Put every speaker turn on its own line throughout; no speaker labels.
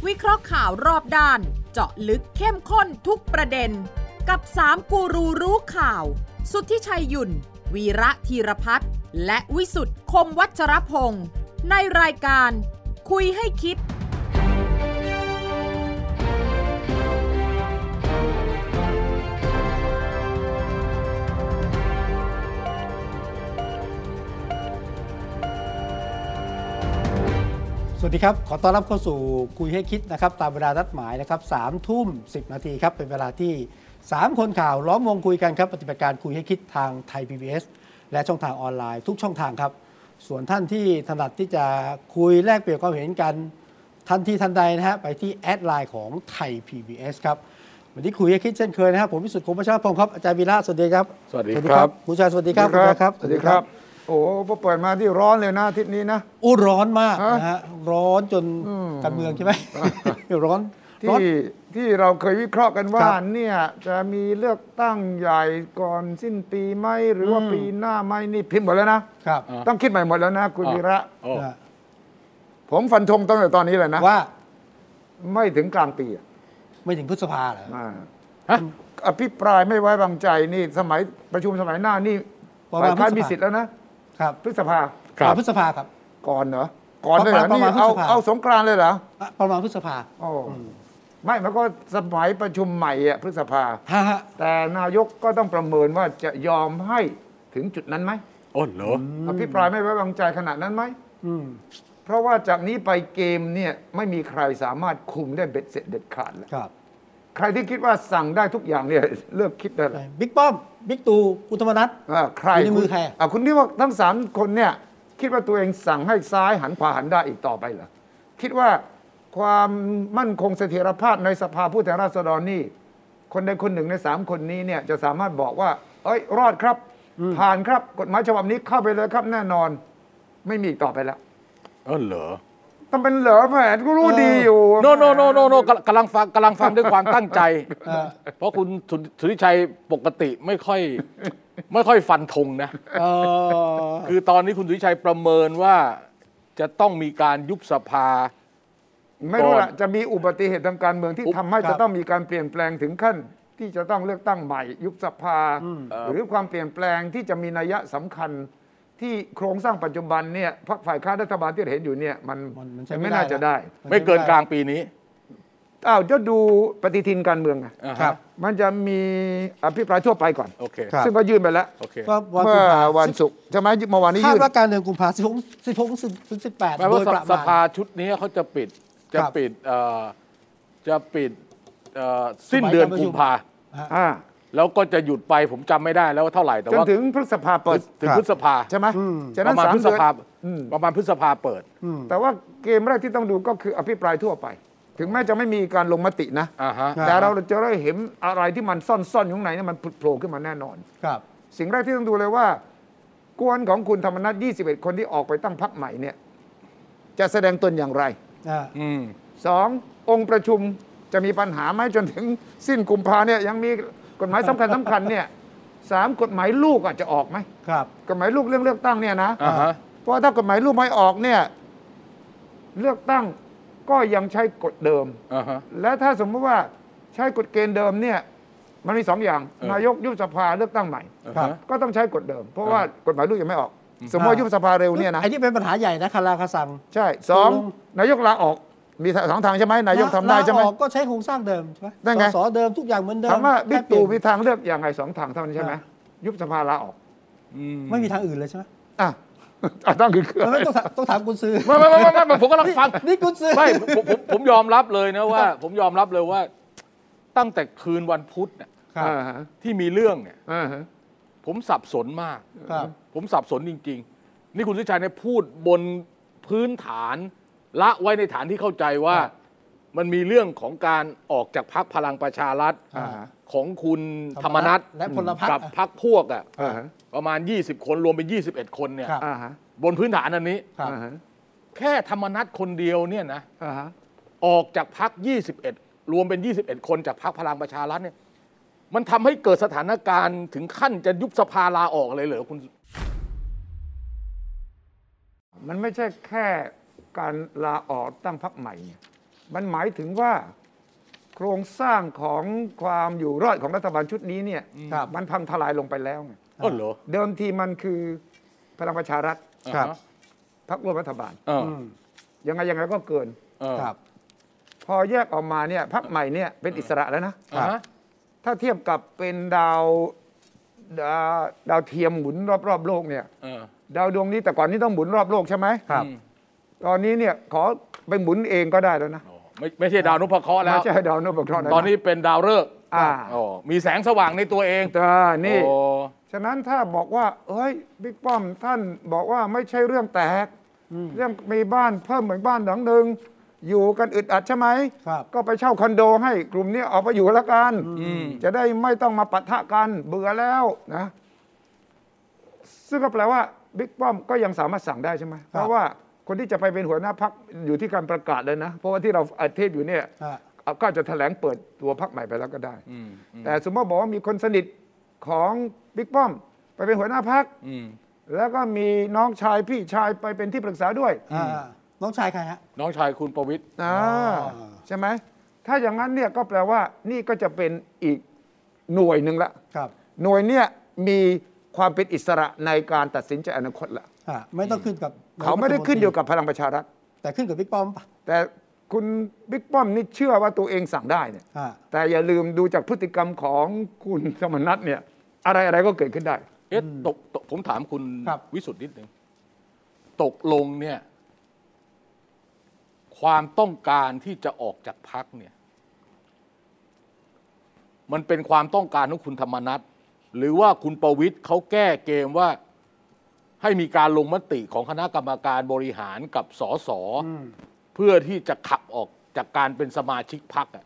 วิเคราะห์ข่าวรอบด้านเจาะลึกเข้มข้นทุกประเด็นกับ3กูรูรู้ข่าวสุทธิชัยหยุ่นวีระธีรพัฒน์และวิสุทธ์คมวัชรพงศ์ในรายการคุยให้คิด
สวัสดีครับขอต้อนรับเข้าสู่คุยให้คิดนะครับตามเวลานัดหมายนะครับ3:10 น.ครับเป็นเวลาที่3คนข่าวล้อมวงคุยกันครับปฏิบัติการคุยให้คิดทางไทย PBS และช่องทางออนไลน์ทุกช่องทางครับส่วนท่านที่ถนัดที่จะคุยแลกเปลี่ยนความเห็นกันทันทีทันใดนะฮะไปที่แอดไลน์ของไทย PBS ครับวันนี้คุยให้คิดเช่นเคยนะครับผมวิสุทธิ์คมวัชรพงศ์ครับอาจารย์วีระสวัสดีครับ
สวัสดีครับ
คุณชายสวัสดีครับคุณครับ
สวัสดีครับโอ้พอเปิดมาที่ร้อนเลยนะอาทิตย์นี้นะ
ร้อนมากนะฮะร้อนจนการเมืองใช่ไหมร้อน
ที่เราเคยวิเคราะห์กันว่าเนี่ยจะมีเลือกตั้งใหญ่ก่อนสิ้นปีไหมหรือว่าปีหน้าไหมนี่พิมพ์หมดแล้วนะครับต้องคิดใหม่หมดแล้วนะคุณวีระผมฟันธงตั้งแต่ตอนนี้เลยนะ
ว่า
ไม่ถึงกลางปี
ไม่ถึงพฤษภาเหรอ
อภิปรายไม่ไว้วางใจนี่สมัยประชุมสมัยหน้านี่ฝ่ายค้านมีสิทธิ์แล้วนะครับพฤษภา
พฤษภาครับ
ก่อนเหรอก่อนเลยเหรอนี่เอาสงกรานต์เลยเหรอ
ประมาณพฤษภา
ไม่มันก็สมัยประชุมใหม่พฤษภาแต่นายกก็ต้องประเมินว่าจะยอมให้ถึงจุดนั้นไหม
เหรอ
อภิปรายไม่ไว้วางใจขนาดนั้นไหมเพราะว่าจากนี้ไปเกมเนี่ยไม่มีใครสามารถคุมได้เบ็ดเสร็จเด็ดขาดแล้วใครที่คิดว่าสั่งได้ทุกอย่างเนี่ยเลิกคิดได้แล้ว
บิ๊กป้อมบิ๊กตู่คุณธรรมนัส
ใคร
ในมือใคร
คุณนี่ว่าทั้ง3คนเนี่ยคิดว่าตัวเองสั่งให้ซ้ายหันขวาหันได้อีกต่อไปเหรอคิดว่าความมั่นคงเสถียรภาพในสภาผู้แทนราษฎรนี่คนใดคนหนึ่งใน3คนนี้เนี่ยจะสามารถบอกว่าเอ้ยรอดครับผ่านครับกฎหมายฉบับนี้เข้าไปเลยครับแน่นอนไม่มีอีกต่อไปแล้ว
เหรอ
ต้องเป็นเหรอแหมก็รู้ดีอยู่
โนกำลังฟังด้วยความตั้งใจเพราะคุณสุทธิชัยปกติไม่ค่อยฟันธงนะคือตอนนี้คุณสุทธิชัยประเมินว่าจะต้องมีการยุบสภา
ไม่รู้ละจะมีอุบัติเหตุทางการเมืองที่ทำให้จะต้องมีการเปลี่ยนแปลงถึงขั้นที่จะต้องเลือกตั้งใหม่ยุบสภาหรือความเปลี่ยนแปลงที่จะมีนัยสำคัญที่โครงสร้างปัจจุบันเนี่ยพรรคฝ่ายค้านรัฐบาลที่เห็นอยู่เนี่ยมันไม่น่าจะได้
ไม่เกินกลางปีนี้
จะดูปฏิทินการเมืองนะครับมันจะมีอภิปรายทั่วไปก่อนซึ่งก็ยื่นไปแล้วเมื่อวันศุกร์ใช่ไหมเมื่อวานนี้ยื่น
คาดว่าการเดือนกุมภาพันธ์16 ถึง 18
แปลว่าสภาชุดนี้เขาจะปิดสิ้นเดือนกุมภาแล้วก็จะหยุดไปผมจำไม่ได้แล้วว่าเท่าไหร่แต่ว่า
จนถึงพฤษภาเปิด
ถึงพฤษภา
ใช่ไหม
ประมาณพฤษภาเปิด
แต่ว่าเกมแรกที่ต้องดูก็คืออภิปรายทั่วไปถึงแม้จะไม่มีการลงมตินะแต่เราจะได้เห็นอะไรที่มันซ่อนอยู่ข้างในนี่มันโผล่ขึ้นมาแน่นอนสิ่งแรกที่ต้องดูเลยว่ากวนของคุณธรรมนัส21คนที่ออกไปตั้งพรรคใหม่เนี่ยจะแสดงตนอย่างไร2องค์ประชุมจะมีปัญหาไหมจนถึงสิ้นกุมภาเนี่ยยังมีกฎหมายสำคัญเนี่ย3กฎหมายลูกอาจจะออกไหมกฎหมายลูกเรื่องเลือกตั้งเนี่ยนะเพราะถ้ากฎหมายลูกไม่ออกเนี่ยเลือกตั้งก็ยังใช้กฎเดิมและถ้าสมมติว่าใช้กฎเกณฑ์เดิมเนี่ยมันมี2อย่างนายกยุบสภาเลือกตั้งใหม่ก็ต้องใช้กฎเดิมเพราะว่ากฎหมายลูกยังไม่ออกสมมติยุบสภาเร็วเนี่ยนะ
ไอ้ที่เป็นปัญหาใหญ่นะคาราคาซัง
ใช่2นายกลาออกมี2ทางใช่ไหมนายกทำได้ใช่ไหม
ก็ใช้โครงสร้างเดิมใช่ไหมสเดิมทุกอย่างเหมือนเดิม
ถามว่าบิ๊กตู่มีทางเลือกอย่างไร2ทางเท่านั้นใช่ไหมยุบสภาลาออก
ไม่มีทางอื่นเลยใช่ไหม
ต้อง
ต้องถามกุญซือ
ไม่ผมกำลังฟัง
นี่กุญซือ
ไม่ผมยอมรับเลยนะว่าผมยอมรับเลยว่าตั้งแต่คืนวันพุธเนี่ยที่มีเรื่องเนี่ยผมสับสนมากผมสับสนจริงๆนี่คุณสุทธิชัยเนี่ยพูดบนพื้นฐานละไว้ในฐานที่เข้าใจว่ามันมีเรื่องของการออกจากพรรคพลังประชารัฐของคุณธรรมนัส
และพลพรรค
กับพรรคพวกประมาณ20คนรวมเป็น21คนเนี่ยบนพื้นฐานอันนี้แค่ธรรมนัสคนเดียวเนี่ยนะออกจากพรรค21รวมเป็น21คนจากพรรคพลังประชารัฐเนี่ยมันทำให้เกิดสถานการณ์ถึงขั้นจะยุบสภาลาออกเลยเหรอคุณ
มันไม่ใช่แค่การลาออกตั้งพรรคใหม่มันหมายถึงว่าโครงสร้างของความอยู่รอดของรัฐบาลชุดนี้เนี่ยมันพังทลายลงไปแล้วไงเดิมทีมันคือพลังประชารัฐพรรคร่วมรัฐบาลยังไงก็เกินพอแยกออกมาเนี่ยพรรคใหม่เนี่ยเป็นอิสระแล้วนะถ้าเทียบกับเป็นดาวเทียมหมุนรอบโลกเนี่ยดาวดวงนี้แต่ก่อนนี้ต้องหมุนรอบโลกใช่ไหมตอนนี้เนี่ยขอไปหมุนเองก็ได้แล้วนะ
ไม่ใช่ดาวนพเคราะห์แล้ว
ไม่ใช่ดาวนพเคราะห์
ตอนนี้เป็นดาวฤกษ์มีแสงสว่างในตัวเอง
นี่ฉะนั้นถ้าบอกว่าบิ๊กป้อมท่านบอกว่าไม่ใช่เรื่องแตกเรื่องมีบ้านเพิ่มเหมือนบ้านหลังหนึ่งอยู่กันอึดอัดใช่ไหมก็ไปเช่าคอนโดให้กลุ่มนี้ออกไปอยู่แล้วกันจะได้ไม่ต้องมาปะทะกันเบื่อแล้วนะซึ่งก็แปลว่าบิ๊กป้อมก็ยังสามารถสั่งได้ใช่ไหมเพราะว่าคนที่จะไปเป็นหัวหน้าพรรคอยู่ที่การประกาศเลยนะเพราะว่าที่เราอัดเทปอยู่เนี่ยก็จะแถลงเปิดตัวพรรคใหม่ไปแล้วก็ได้แต่สมมติบอกว่ามีคนสนิทของบิ๊กป้อมไปเป็นหัวหน้าพรรคแล้วก็มีน้องชายพี่ชายไปเป็นที่ปรึกษาด้วย
น้องชายใครฮะ
น้องชายคุณประวิตร
ใช่ไหมถ้าอย่างนั้นเนี่ยก็แปลว่านี่ก็จะเป็นอีกหน่วยหนึ่งละหน่วยเนี่ยมีความเป็นอิสระในการตัดสินใจอนาคตละ
ไม่ต้องขึ้นกับ
เขาไม่ได้ขึ้นอยู่กับพลังประชารัฐ
แต่ขึ้นกับบิ๊กป้อม
แต่คุณบิ๊กป้อมนี่เชื่อว่าตัวเองสั่งได้เนี่ยแต่อย่าลืมดูจากพฤติกรรมของคุณสมนัสเนี่ยอะไรก็เกิดขึ้นได้
ผมถามคุณวิสุทธิ์นิดนึงตกลงเนี่ยความต้องการที่จะออกจากพรรคเนี่ยมันเป็นความต้องการของคุณธรรมนัสหรือว่าคุณประวิตรเขาแก้เกมว่าให้มีการลงมติของคณะกรรมการบริหารกับสสเพื่อที่จะขับออกจากการเป็นสมาชิกพรรคอ่ะ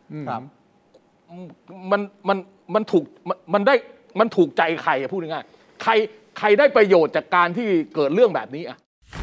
มันถูกใจใครพูดง่ายๆใครได้ประโยชน์จากการที่เกิดเรื่องแบบนี้อ่ะ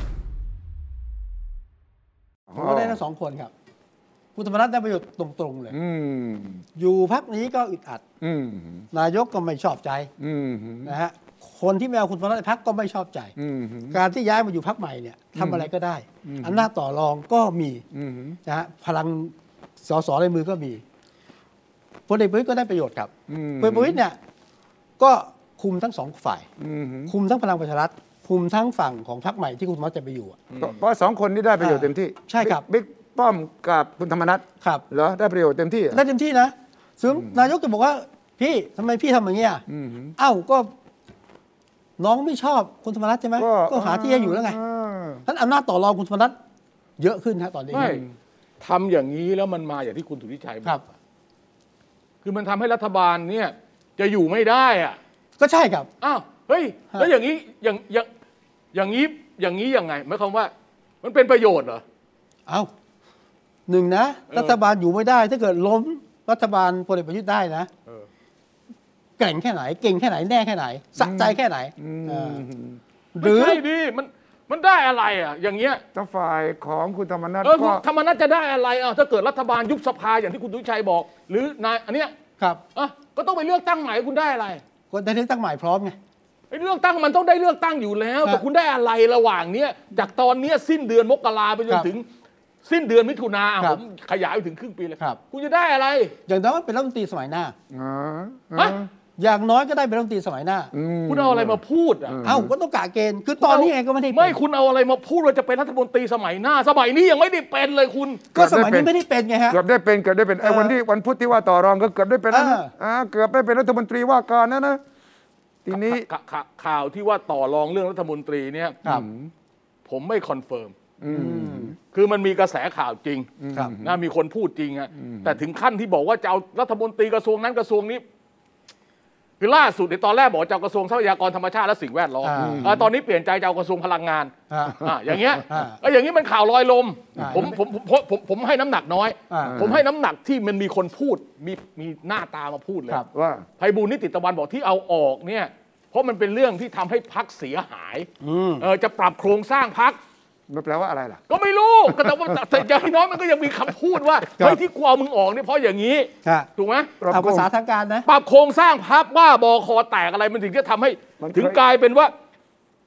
ผมก็ได้ทั้งสองคนครับคุณธรรมนัสได้ประโยชน์ตรงๆเลยอยู่พรรคนี้ก็อึดอัดนายกก็ไม่ชอบใจนะฮะคนที่ไม่เอาคุณธรรมนัสในพรรคก็ไม่ชอบใจการที่ย้ายมาอยู่พรรคใหม่เนี่ยทำอะไรก็ได้อำนาจต่อรองก็มีนะฮะพลังสสในมือก็มีพลเอกประวิตรก็ได้ประโยชน์ครับพลเอกประวิตรเนี่ยก็คุมทั้งสองฝ่ายคุมทั้งพลังประชารัฐคุมทั้งฝั่งของพรรคใหม่ที่คุณธรรมนัสจะไปอยู่
เพราะสองคนนี้ได้ประโยชน์เต็มที่
ใช่ครับ
บิ๊กป้อมกับคุณธรรมนัส
ครับ
เหรอได้ประโยชน์เต็มที่
ได้เต็มที่นะซึ่งนายกจะบอกว่าพี่ทำไมพี่ทำอย่างนี้ก็น้องไม่ชอบคุณธรรมนัสใช่ไหมก็หาที่ให้อยู่แล้วไงท่านอำนาจต่อรองคุณธรรมนัสเยอะขึ้นฮะตอนนี้
ไม่ทำอย่างนี้แล้วมันมาอย่างที่คุณสุทธิชัยบอกคือมันทำให้รัฐบาลเนี่ยจะอยู่ไม่ได้อ่ะ
ก็ใช่ครับ
เฮ้ยแล้วอย่างนี้อย่างนี้ยังไงหมายความว่ามันเป็นประโยชน์เหรอ
หนึ่งนะรัฐบาลอยู่ไม่ได้ถ้าเกิดล้มรัฐบาลพลเอกประยุทธ์ได้นะเก่งแค่ไหนเก่งแค่ไหนแน่แค่ไหนสะใจแค่ไหน
หรือไม่ใช่ดิมันได้อะไรอ่ะอย่างเงี้ย
ถ้าฝ่ายของคุณธรรมนัส
ก็ธรรมนัสจะได้อะไรถ้าเกิดรัฐบาลยุบสภาอย่างที่คุณสุทธิชัยบอกหรือนายอันเนี้ย
ครับ
ก็ต้องไปเลือกตั้งใหม่คุณได้อะไร
ก็ได้เลือกตั้งใหม่พร้อมไง
เลือกตั้งมันต้องได้เลือกตั้งอยู่แล้วแต่คุณได้อะไรระหว่างเนี้ยจากตอนนี้สิ้นเดือนมกราไปจนถึงสิ้นเดือนมิถุนาผมขยายไปถึงครึ่งปีเลยคุณจะได้อะไร
อย่างน้อยเป็นรัฐมนตรีสมัยหน้าอย่างน้อยก็ได้เป็นรัฐมนตรีสมัยหน้า
คุณเอาอะไรมาพูด
ก็ต้องกะเกณฑ์คือตอนนี้เองก็ไม่ได้
ไม่คุณเอาอะไรมาพูดว่าจะเป็นรัฐมนตรีสมัยหน้าสมัยนี้ยังไม่ได้เป็นเลยคุณ
ก็สมัยนี้ไม่ได้เป็นไงฮะ
เกือบได้เป็นไอ้วันพุธที่ว่าต่อรองก็เกือบได้เป็นแล้วนะเกือบได้เป็นรัฐมนตรีว่าการนะทีนี้
ข่าวที่ว่าต่อรองเรื่องรัฐมนตรีเนี่ยผมไม่คอนเฟิร์มคือมันมีกระแสข่าวจริงนะมีคนพูดจริงอะแต่ถึงขั้นที่บอกว่าจะเอารัฐมนตรีกระทรวงนั้นกระทรวงนี้คือล่าสุดในตอนแรกบอกจะเอากระทรวงทรัพยากรธรรมชาติและสิ่งแวดล้อมตอนนี้เปลี่ยนใจจะเอากระทรวงพลังงานอย่างเงี้ยอย่างนี้มันข่าวลอยลมผมให้น้ำหนักน้อยผมให้น้ำหนักที่มันมีคนพูดมีหน้าตามาพูดเลย
ว่า
ไพบูลย์นิติตะวันบอกที่เอาออกเนี่ยเพราะมันเป็นเรื่องที่ทำให้พรรคเสียหายจะปรับโครงสร้างพรรค
มันแปลว่าอะไรล่ะ
ก็ไม่รู้แต่ว่าอย่างน้อยมันก็ยังมีคำพูดว่าเฮ้ยที่กลัวมึงออกเนี่ยเพราะอย่างนี้ถูกไหม
เอาภาษาทางการนะ
ปรับโครงสร้างพรรคว่าบคแตกอะไรมันถึงจะทำให้ถึงกลายเป็นว่า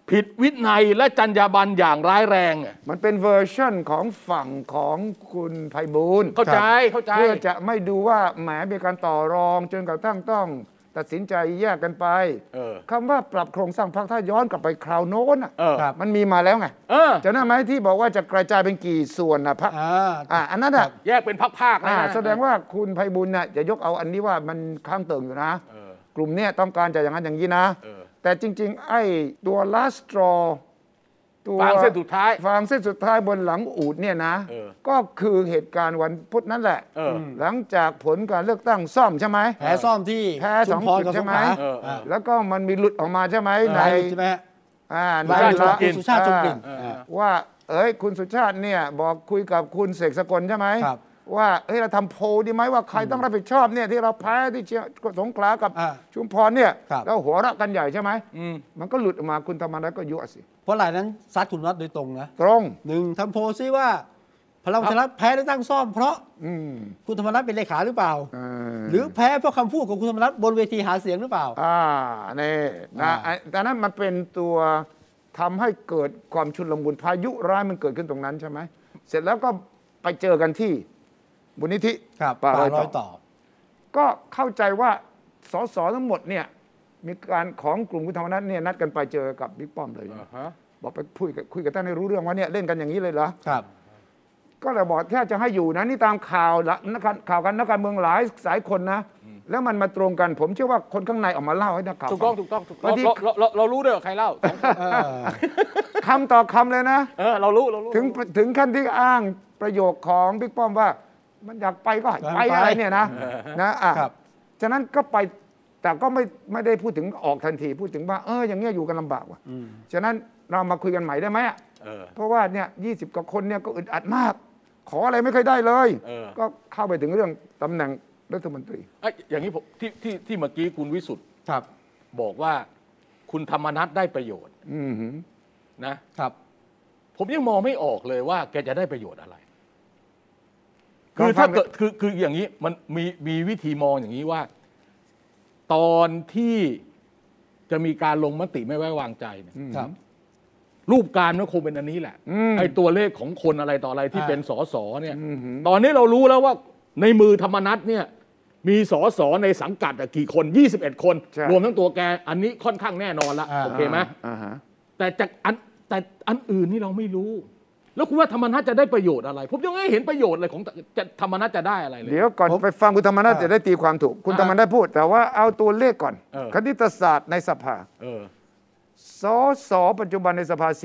ผิดวินัยและจรรยาบรรณอย่างร้ายแรง
มันเป็นเวอร์ชั่นของฝั่งของคุณไพบูลย์
เข้าใจ
เพื่อจะไม่ดูว่าแหมมีการต่อรองจนกระทั่งต้องตัดสินใจแยกกันไปคำว่าปรับโครงสร้างพรรคถ้าย้อนกลับไปคราวโน้นมันมีมาแล้วไงจะนั่นไหมที่บอกว่าจะกระจายเป็นกี่ส่วนนะพรรคอันนั้น
แยกเป็นพรรคๆ
แสดงว่าคุณไพบูลย์น่ะจะยกเอาอันนี้ว่ามันข้างเติ่งอยู่นะกลุ่มนี้ต้องการจะอย่างนั้นอย่างนี้นะแต่จริงๆไอ้ตัว last straw
ฟางเส้นสุด
ท้ายบนหลังอูฐเนี่ยนะก็คือเหตุการณ์วันพุธนั่นแหละหลังจากผลการเลือกตั้งซ่อมใช่ไหม
แพ้ซ่อมที่
แพ้2 จุดใช่ไหมแล้วก็มันมีหลุดออกมาใช่ไหมใน
ใช่ไหม
ใน
สุชาติชมกลิ่น
ว่าคุณสุชาติเนี่ยบอกคุยกับคุณเสกสกลใช่ไหมว่าเราทำโพลดีไหมว่าใครต้องรับผิดชอบเนี่ยที่เราแพ้ที่สงขลากับชุมพรเนี่ยแล้วหัวเราะกันใหญ่ใช่ไหมมันก็หลุดออกมาคุณธรรมนัสก็ยั่วสิ
เพราะหลายนั้นซัดคุณนัทโดยตรงนะ
ตรง
1ทำโพลซิว่าพลังประชารัฐแพ้ได้ตั้งซ่อมเพราะคุณธรรมนัสเป็นเลขาหรือเปล่าหรือแพ้เพราะคำพูดของคุณธรรมนัสบนเวทีหาเสียงหรือเปล่า
นี่นะแต่นั้นมันเป็นตัวทำให้เกิดความชุลมุนพายุร้ายมันเกิดขึ้นตรงนั้นใช่ไหมเสร็จแล้วก็ไปเจอกันที่มูลนิธิ
ป่ารอยต่อ
ก็เข้าใจว่าสสทั้งหมดเนี่ยมีการของกลุ่มคุณธรรมนัสเนี่ยนัดกันไปเจอกับบิ๊กป้อมเลยบอกไปคุยกับท่านให้รู้เรื่องว่าเนี่ยเล่นกันอย่างนี้เลยเหรอ
ครับ
ก็เลยบอกแค่จะให้อยู่นะนี่ตามข่าวกันนักการเมืองหลายสายคนนะแล้วมันมาตรงกันผมเชื่อว่าคนข้างในออกมาเล่าให้นักข่าว
ถูกต้องเรารู้ด้วยใครเล่า
คำต่อคำเลยนะ
เรารู้
ถึงขั้นที่อ้างประโยคของบิ๊กป้อมว่ามันอยากไปก็ไปอะไรเนี่ยนะฉะนั้นก็ไปแต่ก็ไม่ได้พูดถึงออกทันทีพูดถึงว่าอย่างเงี้ยอยู่กันลำบากว่ะฉะนั้นเรามาคุยกันใหม่ได้ไหมเพราะว่าเนี่ย20 กว่าคนเนี่ยก็อึดอัดมากขออะไรไม่เคยได้เลยก็เข้าไปถึงเรื่องตำแหน่งรัฐมนตรี
อย่างนี้ผมที่เมื่อกี้คุณวิสุทธิ์บอกว่าคุณธรรมนัสได้ประโยชน์
นะครับ
ผมยังมองไม่ออกเลยว่าแกจะได้ประโยชน์อะไรคือถ้าเกิดคืออย่างนี้มันมีวิธีมองอย่างนี้ว่าตอนที่จะมีการลงมติไม่ไว้วางใจเนี่ยรูปการมันคงเป็นอันนี้แหละไอ้ตัวเลขของคนอะไรต่ออะไรที่เป็นสสเนี่ยตอนนี้เรารู้แล้วว่าในมือธรรมนัสเนี่ยมีสสในสังกัดกี่คน21 คนรวมทั้งตัวแกอันนี้ค่อนข้างแน่นอนละโอเคไหมแต่จากอันอื่นนี่เราไม่รู้แล้วคุณว่าธรรมนัสจะได้ประโยชน์อะไรผมยังไม่เห็นประโยชน์อะไรของธรรมนัสจะได้อะไรเลย
เดี๋ยวก่อนไปฟังคุณธรรมนัสจะได้ตีความถูกคุณธรรมนัสพูดแต่ว่าเอาตัวเลขก่อนคณิตศาสตร์ในสภาสสปัจจุบันในสภา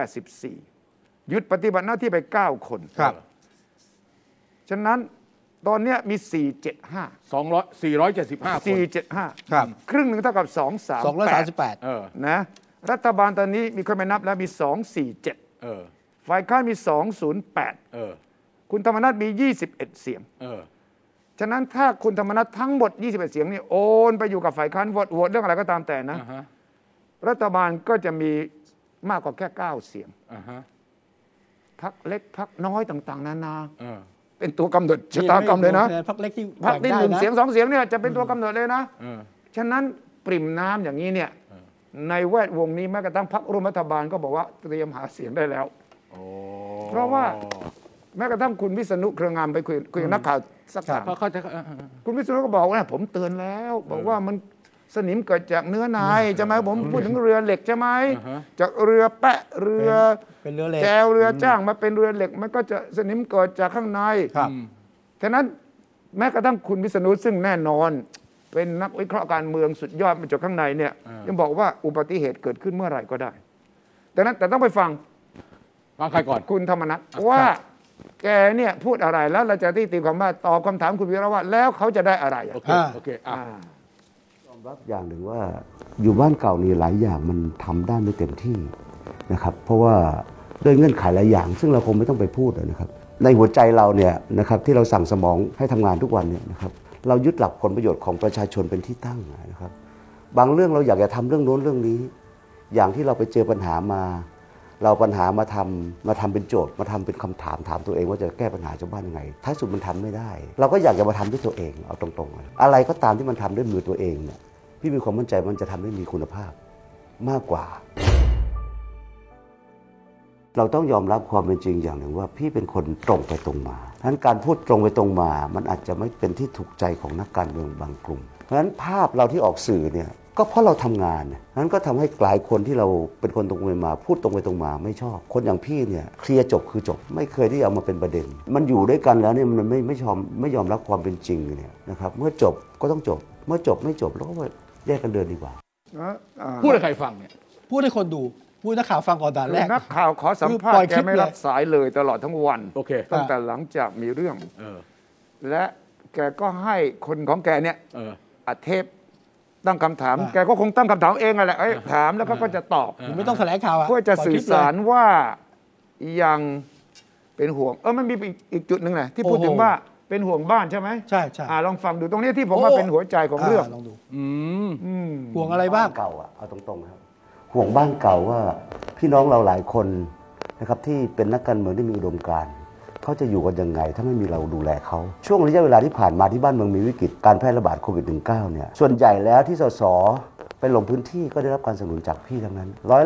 484หยุดปฏิบัติหน้าที่ไป9 คนฉะนั้นตอนนี้มี475
ครับ
ครึ่งหนึ่งเท่ากับ
238
นะรัฐบาลตอนนี้มีคนไปนับแล้วมี247ฝ่ายค้านมี208คุณธรรมนัสมี21 เสียงฉะนั้นถ้าคุณธรรมนัสทั้งหมด21 เสียงนี่โอนไปอยู่กับฝ่ายค้านโหวตเรื่องอะไรก็ตามแต่นะรัฐบาลก็จะมีมากกว่าแค่9 เสียงพรรคเล็กพรรคน้อยต่างๆนานาเป็นตัวกำหนดชะตากรรมเลยนะ
พรรคเล็กที่
พรรคที่1 เสียง 2 เสียงเนี่ยจะเป็นตัวกำหนดเลยนะฉะนั้นปริ่มน้ำอย่างนี้เนี่ยในแวดวงนี้แม้กระทั่งพรรคร่วมรัฐบาลก็บอกว่าเตรียมหาเสียงได้แล้วเพราะว่าแม้กระทั่งคุณวิษณุเครืองามไปคุยกับนักข่าวสักถามคุณวิษณุก็บอกว่าผมเตือนแล้วบอกว่ามันสนิมเกิดจากเนื้อในใช่ไหมผมพูดถึงเรือเหล็กใช่ไหมจากเรือแปะเรือแจวเรือจ้างมาเป็นเรือเหล็กมันก็จะสนิมเกิดจากข้างในฉะนั้นแม้กระทั่งคุณวิษณุซึ่งแน่นอนเป็นนักวิเคราะห์การเมืองสุดยอดมาจากข้างในเนี่ยยังบอกว่าอุบัติเหตุเกิดขึ้นเมื่อไหร่ก็ได้แต่ต้องไปฟัง
ใครก่อน
คุณธรรมนัสว่าแกเนี่ยพูดอะไรแล้วเราจะตีความว่าตอบคำถามคุณวีระว่าแล้วเขาจะได้อะไร
โอเค
ยอมรับอย่างหนึ่งว่าอยู่บ้านเก่านี่หลายอย่างมันทำได้ไม่เต็มที่นะครับเพราะว่าด้วยเงื่อนไขหลายอย่างซึ่งเราคงไม่ต้องไปพูดนะครับในหัวใจเราเนี่ยนะครับที่เราสั่งสมองให้ทำงานทุกวันเนี่ยนะครับเรายึดหลักผลประโยชน์ของประชาชนเป็นที่ตั้งนะครับบางเรื่องเราอยากจะทำเรื่องโน้นเรื่องนี้อย่างที่เราไปเจอปัญหามาเราปัญหามาทำเป็นโจทย์มาทำเป็นคำถามตัวเองว่าจะแก้ปัญหาชาวบ้านยังไงท้ายสุดมันทำไม่ได้เราก็อยากจะมาทำด้วยตัวเองเอาตรงๆอะไรก็ตามที่มันทำด้วยมือตัวเองเนี่ยพี่มีความมั่นใจมันจะทำให้มีคุณภาพมากกว่าเราต้องยอมรับความเป็นจริงอย่างหนึ่งว่าพี่เป็นคนตรงไปตรงมาฉะนั้นการพูดตรงไปตรงมามันอาจจะไม่เป็นที่ถูกใจของนักการเมืองบางกลุ่มเพราะฉะนั้นภาพเราที่ออกสื่อเนี่ยก็เพราะเราทำงานนั้นก็ทำให้หลายคนที่เราเป็นคนตรงไปมาพูดตรงไปตรงมาไม่ชอบคนอย่างพี่เนี่ยเคลียร์จบคือจบไม่เคยที่เอามาเป็นประเด็นมันอยู่ด้วยกันแล้วเนี่ยมันไม่ยอมรับความเป็นจริงเนี่ยนะครับเมื่อจบก็ต้องจบเมื่อจบไม่จบเราก็แยกกันเดินดีกว่า
พูดให้ใครฟังเนี่ย
พูดให้คนดูพูดนักข่าวฟังก่อนด่านแรก
นักข่าวขอสัมภาษณ์แกไม่รับสายเลยตลอดทั้งวันตั้งแต่หลังจากมีเรื่องและแกก็ให้คนของแกเนี่ยอัดเทปตั้งคำถามแกก็คงตั้งคำถามเองแหละถามแล้วก็จะตอบ
ไม่ต้องแถลงข่าว
เพื่อจะสื่อสารว่ายังเป็นห่วงมันมีอีกจุดหนึ่งนะที่พูดถึงว่าเป็นห่วงบ้านใช่ไหม
ใช่ใช่
ลองฟังดูตรงนี้ที่ผมว่าเป็นหัวใจของเรื่อง
ลองดูห่วงอะไรบ้าง
เก่าเอาตรงๆครับห่วงบ้านเก่าว่าพี่น้องเราหลายคนนะครับที่เป็นนักการเมืองที่มีอุดมการณ์เขาจะอยู่กันยังไงถ้าไม่มีเราดูแลเขาช่วงระยะเวลาที่ผ่านมาที่บ้านเมืองมีวิกฤตการแพร่ระบาดโควิด -19 เนี่ยส่วนใหญ่แล้วที่สสไปลงพื้นที่ก็ได้รับการสนับสนุนจากพี่ทั้งนั้น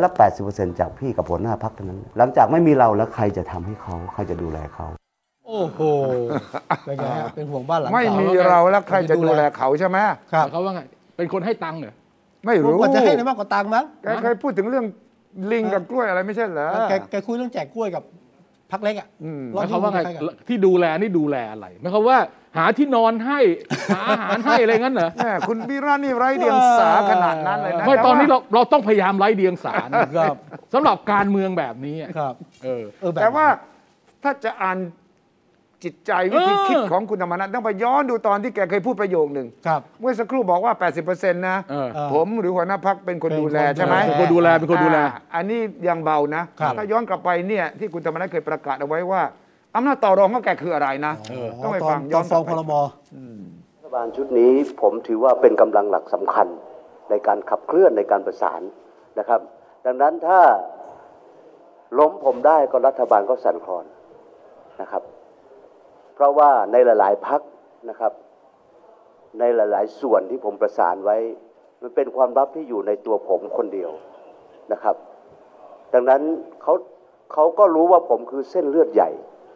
80%จากพี่กับหัวหน้าพรรคทั้งนั้นหลังจากไม่มีเราแล้วใครจะทำให้เขาใครจะดูแลเขา
โอ้โหเป็นไงเป็นห่วงบ้านหลัง
ไม่มีเราแล้วใครจะดูแลเขาใช่ไหม
ครับเขาว่าไงเป็นคนให้ตังค์เหรอ
ไม่รู้
ว่าจะให้มากกว่าตังค์มั้ง
แกเคยพูดถึงเรื่องลิงกับกล้วยอะไรไม่ใช่เหรอ
แกคุยเรื่องแจกกล้วยกับพรรคเล็ก
แล้วเขาว่าไงที่ดูแลนี่ดูแลอะไรหมายความว่าหาที่นอนให้หาอาหารให้อะไรงั้นเหรอ
คุณวิระนี่ไร้เดียงสาขนาดนั้นเลยนะ
ไม่ตอนนี้เราต้องพยายามไร้เดียงสาสำหรับการเมืองแบบนี้
ครับ
แต่ว่าถ้าจะอ่านจิตใจวิธีคิดของคุณธรรมนัสต้องไปย้อนดูตอนที่แกเคยพูดประโยคหนึ่งเมื่อสักครู่บอกว่า 80% นะผมหรือหัวหน้าพรรคเป็นคนดูแลใช่ไหม
เป็นคนดูแล
อันนี้ยังเบานะถ้าย้อนกลับไปเนี่ยที่คุณธรรมนัสเคยประกาศเอาไว้ว่าอำนาจต่อรองของแกคืออะไรนะต้องไปฟัง
ย้อนฟ้องพรบ
รัฐบาลชุดนี้ผมถือว่าเป็นกำลังหลักสำคัญในการขับเคลื่อนในการประสานนะครับดังนั้นถ้าล้มผมได้ก็รัฐบาลก็สั่นคลอนนะครับเพราะว่าในหลายๆพรรคนะครับในหลายๆส่วนที่ผมประสานไว้มันเป็นความลับที่อยู่ในตัวผมคนเดียวนะครับดังนั้นเขาก็รู้ว่าผมคือเส้นเลือดใหญ่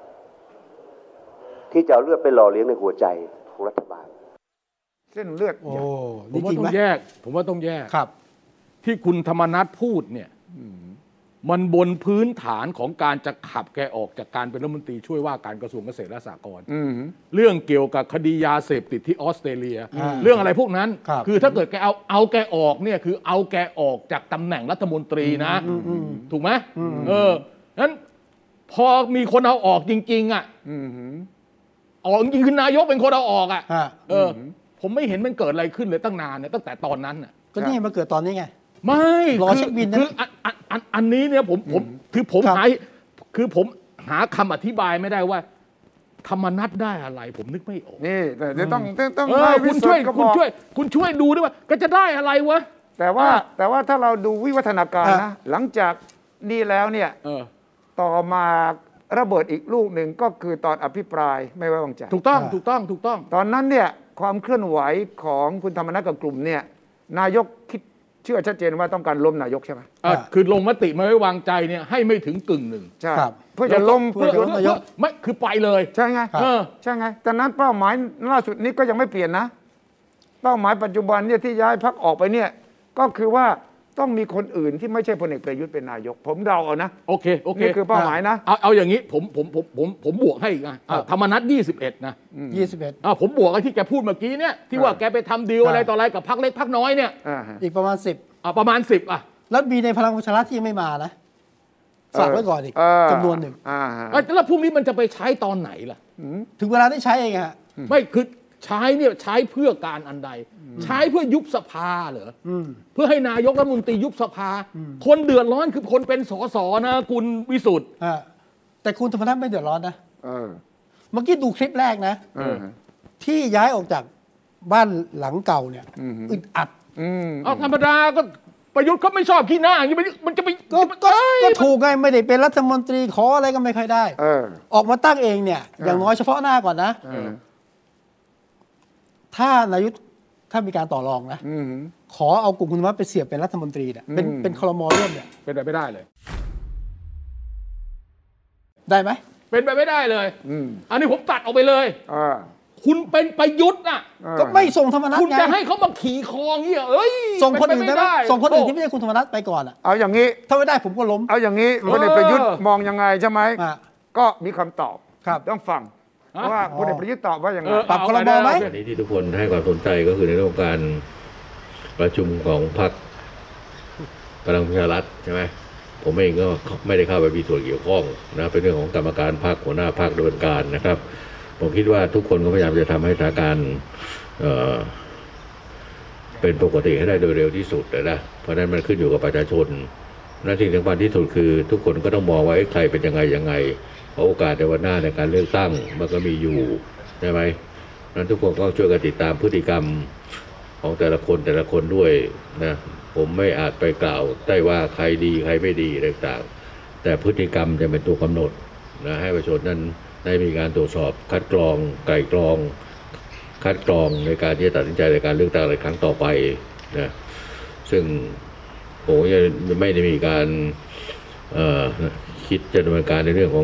ที่จะเอาเลือดไปหล่อเลี้ยงในหัวใจของรัฐบาล
เส้นเลือด
ผมว่าต้องแยก
ครับ
ที่คุณธรรมนัสพูดเนี่ยมันบนพื้นฐานของการจะขับแกออกจากการเป็นรัฐมนตรีช่วยว่าการกระทรวงเกษตรและสหกรณ์เรื่องเกี่ยวกับคดียาเสพติดที่ออสเตรเลียเรื่องอะไรพวกนั้นคือถ้าเกิดแกเอาแกออกเนี่ยคือเอาแกออกจากตำแหน่งรัฐมนตรีนะถูกไหมนั้นพอมีคนเอาออกจริงๆออกจริงคือนายกเป็นคนเอาออกผมไม่เห็นมันเกิดอะไรขึ้นเลยตั้งนานเนี่ยตั้งแต่ตอนนั้น
ก็นี่มาเกิดตอนนี้ไง
ไม่
รอเช็คบิน
คืออันนี้เนี่ยผมหาคำอธิบายไม่ได้ว่าธรรมนัสได้อะไรผมนึกไม่ออก
นี่แต่ต้อง
คุณช่วยดูด้วยว่าก็จะได้อะไรวะ
แต่ว่าถ้าเราดูวิวัฒนาการนะหลังจากนี้แล้วเนี่ยต่อมาระเบิดอีกลูกหนึ่งก็คือตอนอภิปรายไม่ไว้วางใจ
ถูกต้อง
ตอนนั้นเนี่ยความเคลื่อนไหวของคุณธรรมนัสกับกลุ่มเนี่ยนายกคิดเชื่อชัดเจนว่าต้องการล้มนายกใช่ไหม
คือลงมติไม่ไว้วางใจเนี่ยให้ไม่ถึงกึ่งหนึ่ง
ใช่เพื่อจะล้ม
นายกไม่คือไปเลย
ใช่ไงใช่ไงแต่นั้นเป้าหมายล่าสุดนี้ก็ยังไม่เปลี่ยนนะเป้าหมายปัจจุบันเนี่ยที่ย้ายพรรคออกไปเนี่ยก็คือว่าต้องมีคนอื่นที่ไม่ใช่พลเอกประยุทธ์เป็นนายกผมเดาเอานะ
โอเค
นี่คือเป้าหมายนะ
เอาอย่างนี้ผมบวกให้อีกธรรมนัส21นะ21ผมบวกไอ้ที่แกพูดเมื่อกี้เนี่ยที่ว่าแกไปทำดีลอะไรต่ออะไรกับพรรคเล็กพรรคน้อยเนี่ย
อีกประมาณ10
ประมาณ10
แล้วมีในพลังประชารัฐที่ยังไม่มานะฝากไว้ก่อนอีกจำนวนหนึ่ง
แล้วพรุ่งนี้มันจะไปใช้ตอนไหนล่ะ
ถึงเวลาได้ใช้เองฮะ
ไม่คือใช้เนี่ยใช้เพื่อการอันใดใช้เพื่อยุบสภาเหรอเพื่อให้นายกรัฐมนตรียุบสภาคนเดือดร้อนคือคนเป็นสสนะคุณวิสุทธิ์
แต่คุณธรรมนัสไม่เดือดร้อนนะเมื่อกี้ดูคลิปแรกนะที่ย้ายออกจากบ้านหลังเก่าเนี่ยอึดอัด
ธรรมดาก็ประยุทธ์เขาไม่ชอบขี้หน้าอย่างนี้มันจะไป
ก็ถูกไงไม่ได้เป็นรัฐมนตรีขออะไรก็ไม่ค่อยได้ออกมาตั้งเองเนี่ยอย่างน้อยเฉพาะหน้าก่อนนะถ้านายกถ้ามีการต่อรองนะขอเอากลุ่มคุณธรรมนัสไปเสียบเป็นรัฐมนตรีเนี่ยเป็นครม.ร่วมเนี่ย
เป็นไปไม่ได้เลย
ได้ไหม
เป็นไปไม่ได้เลยอันนี้ผมตัดออกไปเลยคุณเป็นประยุทธ์น่ะ
ก็ไม่ส่งธรรมนัส
คุณจะให้เขามาขี่คอเงี้ย
ส่งคนอื่นได้ส่งคนอื่นที่ไม่ใช่คุณธรรมนัสไปก่อน
เอาอย่างนี้
ถ้าไม่ได้ผมก็ล้ม
เอาอย่างนี้พลเอกประยุทธ์มองยังไงใช่ไหมก็มีคำตอบต้องฟังว่าพลเอกประยุทธ์ตอบว่าอย่างไร
ปรับครม.ไหม
อันนี้ที่ทุกคนให้ความสนใจก็คือในเรื่องการประชุมของพรรคพลังประชารัฐใช่ไหมผมเองก็ไม่ได้เข้าไปมีส่วนเกี่ยวข้องนะเป็นเรื่องของกรรมการพรรคหัวหน้าพรรคดำเนินการนะครับผมคิดว่าทุกคนก็พยายามจะทำให้สถานการณ์เป็นปกติให้ได้โดยเร็วที่สุดนะเพราะนั้นมันขึ้นอยู่กับประชาชนหน้าที่สำคัญที่สุดคือทุกคนก็ต้องมองว่าใครเป็นยังไงเพราะโอกาสในวันหน้าในการเลือกตั้งมันก็มีอยู่ใช่ไหมนั้นทุกคนก็ช่วยกันติดตามพฤติกรรมของแต่ละคนด้วยนะผมไม่อาจไปกล่าวได้ว่าใครดีใครไม่ดีต่างๆแต่พฤติกรรมจะเป็นตัวกำหนดนะให้ประชาชนนั้นได้มีการตรวจสอบคัดกรองไกล่กรองคัดกรองในการที่จะตัดสินใจในการเลือกตั้งในครั้งต่อไปนะซึ่งผมยังไม่ได้มีการคิดจะดำเนินการในเรื่อง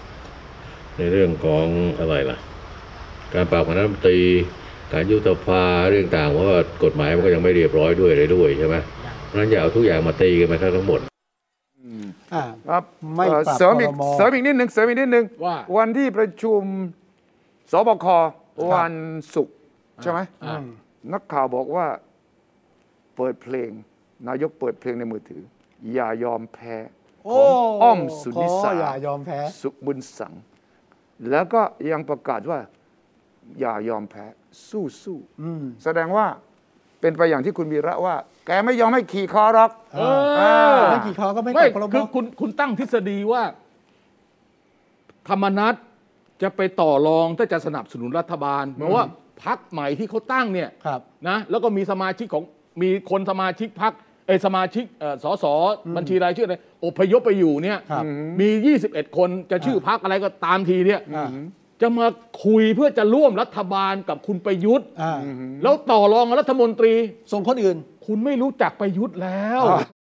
ของอะไรล่ะการปรับคณะรัฐมนตรีการยุบสภาเรื่องต่างเพราะว่ากฎหมายมันก็ยังไม่เรียบร้อยด้วยอะไรด้วยใช่ไหมเพราะฉะนั้นอย่าเอาทุกอย่างมาตีกันมาทั้งหมด
ครับไม่เสริมอีกนิดนึงว่าวันที่ประชุมสบควันศุกร์ใช่ไหมนักข่าวบอกว่าเปิดเพลงนายกเปิดเพลงในมือถืออย่ายอมแพ้อ้อมสุนิสา
อย่ายอมแพ้
สุบุญสังแล้วก็ยังประกาศว่าอย่ายอมแพ้สู้แสดงว่าเป็นไปอย่างที่คุณวีระว่าแกไม่ยอมให้ขี่คอหรอก
ไม่ขี่คอก็ไม่ปรับครม.
คือคุณตั้งทฤษฎีว่าธรรมนัสจะไปต่อรองถ้าจะสนับสนุนรัฐบาลเหมือนว่าพรรคใหม่ที่เขาตั้งเนี่ยนะแล้วก็มีสมาชิกสมาชิกพรรคสมาชิกสสบัญชีรายชื่ออะไรอพยพไปอยู่เนี่ยมี21คนจะชื่อพรรคอะไรก็ตามทีเนี่ยจะมาคุยเพื่อจะร่วมรัฐบาลกับคุณประยุทธ์แล้วต่อรองรัฐมนตรี
ส่งคนอื่น
คุณไม่รู้จักประยุทธ์แล้ว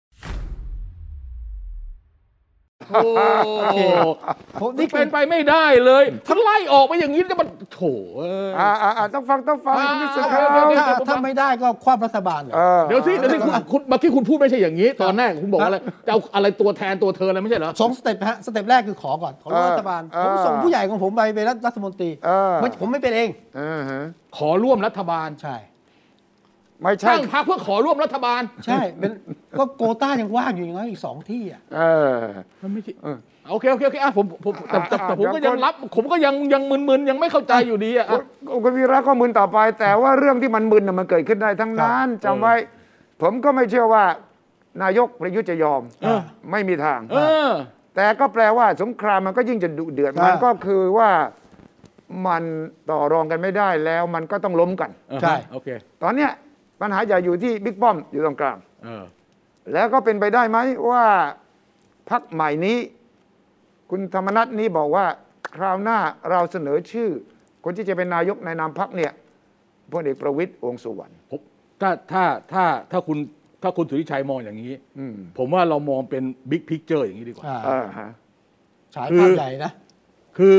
นี่เป็นไปไม่ได้เลยถ้าไล่ออกไปอย่างนี้จะมันโถ
ต้องฟัง
ถ้าไม่ได้ก็คว่ำรัฐบาล
เดี๋ยวสิคุณเมื่อกี้คุณพูดไม่ใช่อย่างนี้ตอนแรกคุณบอกอะไรจะเอาอะไรตัวแทนตัวเธออะไรไม่ใช่เหรอ
2 สเต็ปฮะสเต็ปแรกคือขอก่อนขอรัฐบาลผมส่งผู้ใหญ่ของผมไปเป็นรัฐมนตรีผมไม่เป็นเอง
ขอร่วมรัฐบาล
ใช่
ไม่ใช่
ตั้งพรรคเพื่อขอร่วมรัฐบาล
ใช่เป็นก็โกต้ายังว่างอยู่อย่างน้อยอีก2 ที่
มันไม่ใช่โอเคแต่ผมก็ยังรับผมก็ยังมึนๆยังไม่เข้าใจอยู่ดี
คุณวีระก็มึนต่อไปแต่ว่าเรื่องที่มันมึนมันเกิดขึ้นได้ทั้งนั้นจำไว้ผมก็ไม่เชื่อว่านายกประยุทธ์จะยอมไม่มีทางแต่ก็แปลว่าสงครามมันก็ยิ่งจะดุเดือดมันก็คือว่ามันต่อรองกันไม่ได้แล้วมันก็ต้องล้มกัน
ใช่
โอเค
ตอนเนี้ยปัญหาใหญ่อยู่ที่บิ๊กป้อมอยู่ตรงกลางแล้วก็เป็นไปได้ไหมว่าพรรคใหม่นี้คุณธรรมนัสนี้บอกว่าคราวหน้าเราเสนอชื่อคนที่จะเป็นนายกในนามพรรคเนี่ยพลเอกประวิตรวงษ์สุวรรณ
ถ้าคุณสุริชัยมองอย่างนี้ผมว่าเรามองเป็นบิ๊กพิกเจอร์อย่างนี้ดีกว่า
ฉายภาพใหญ่นะ
คือ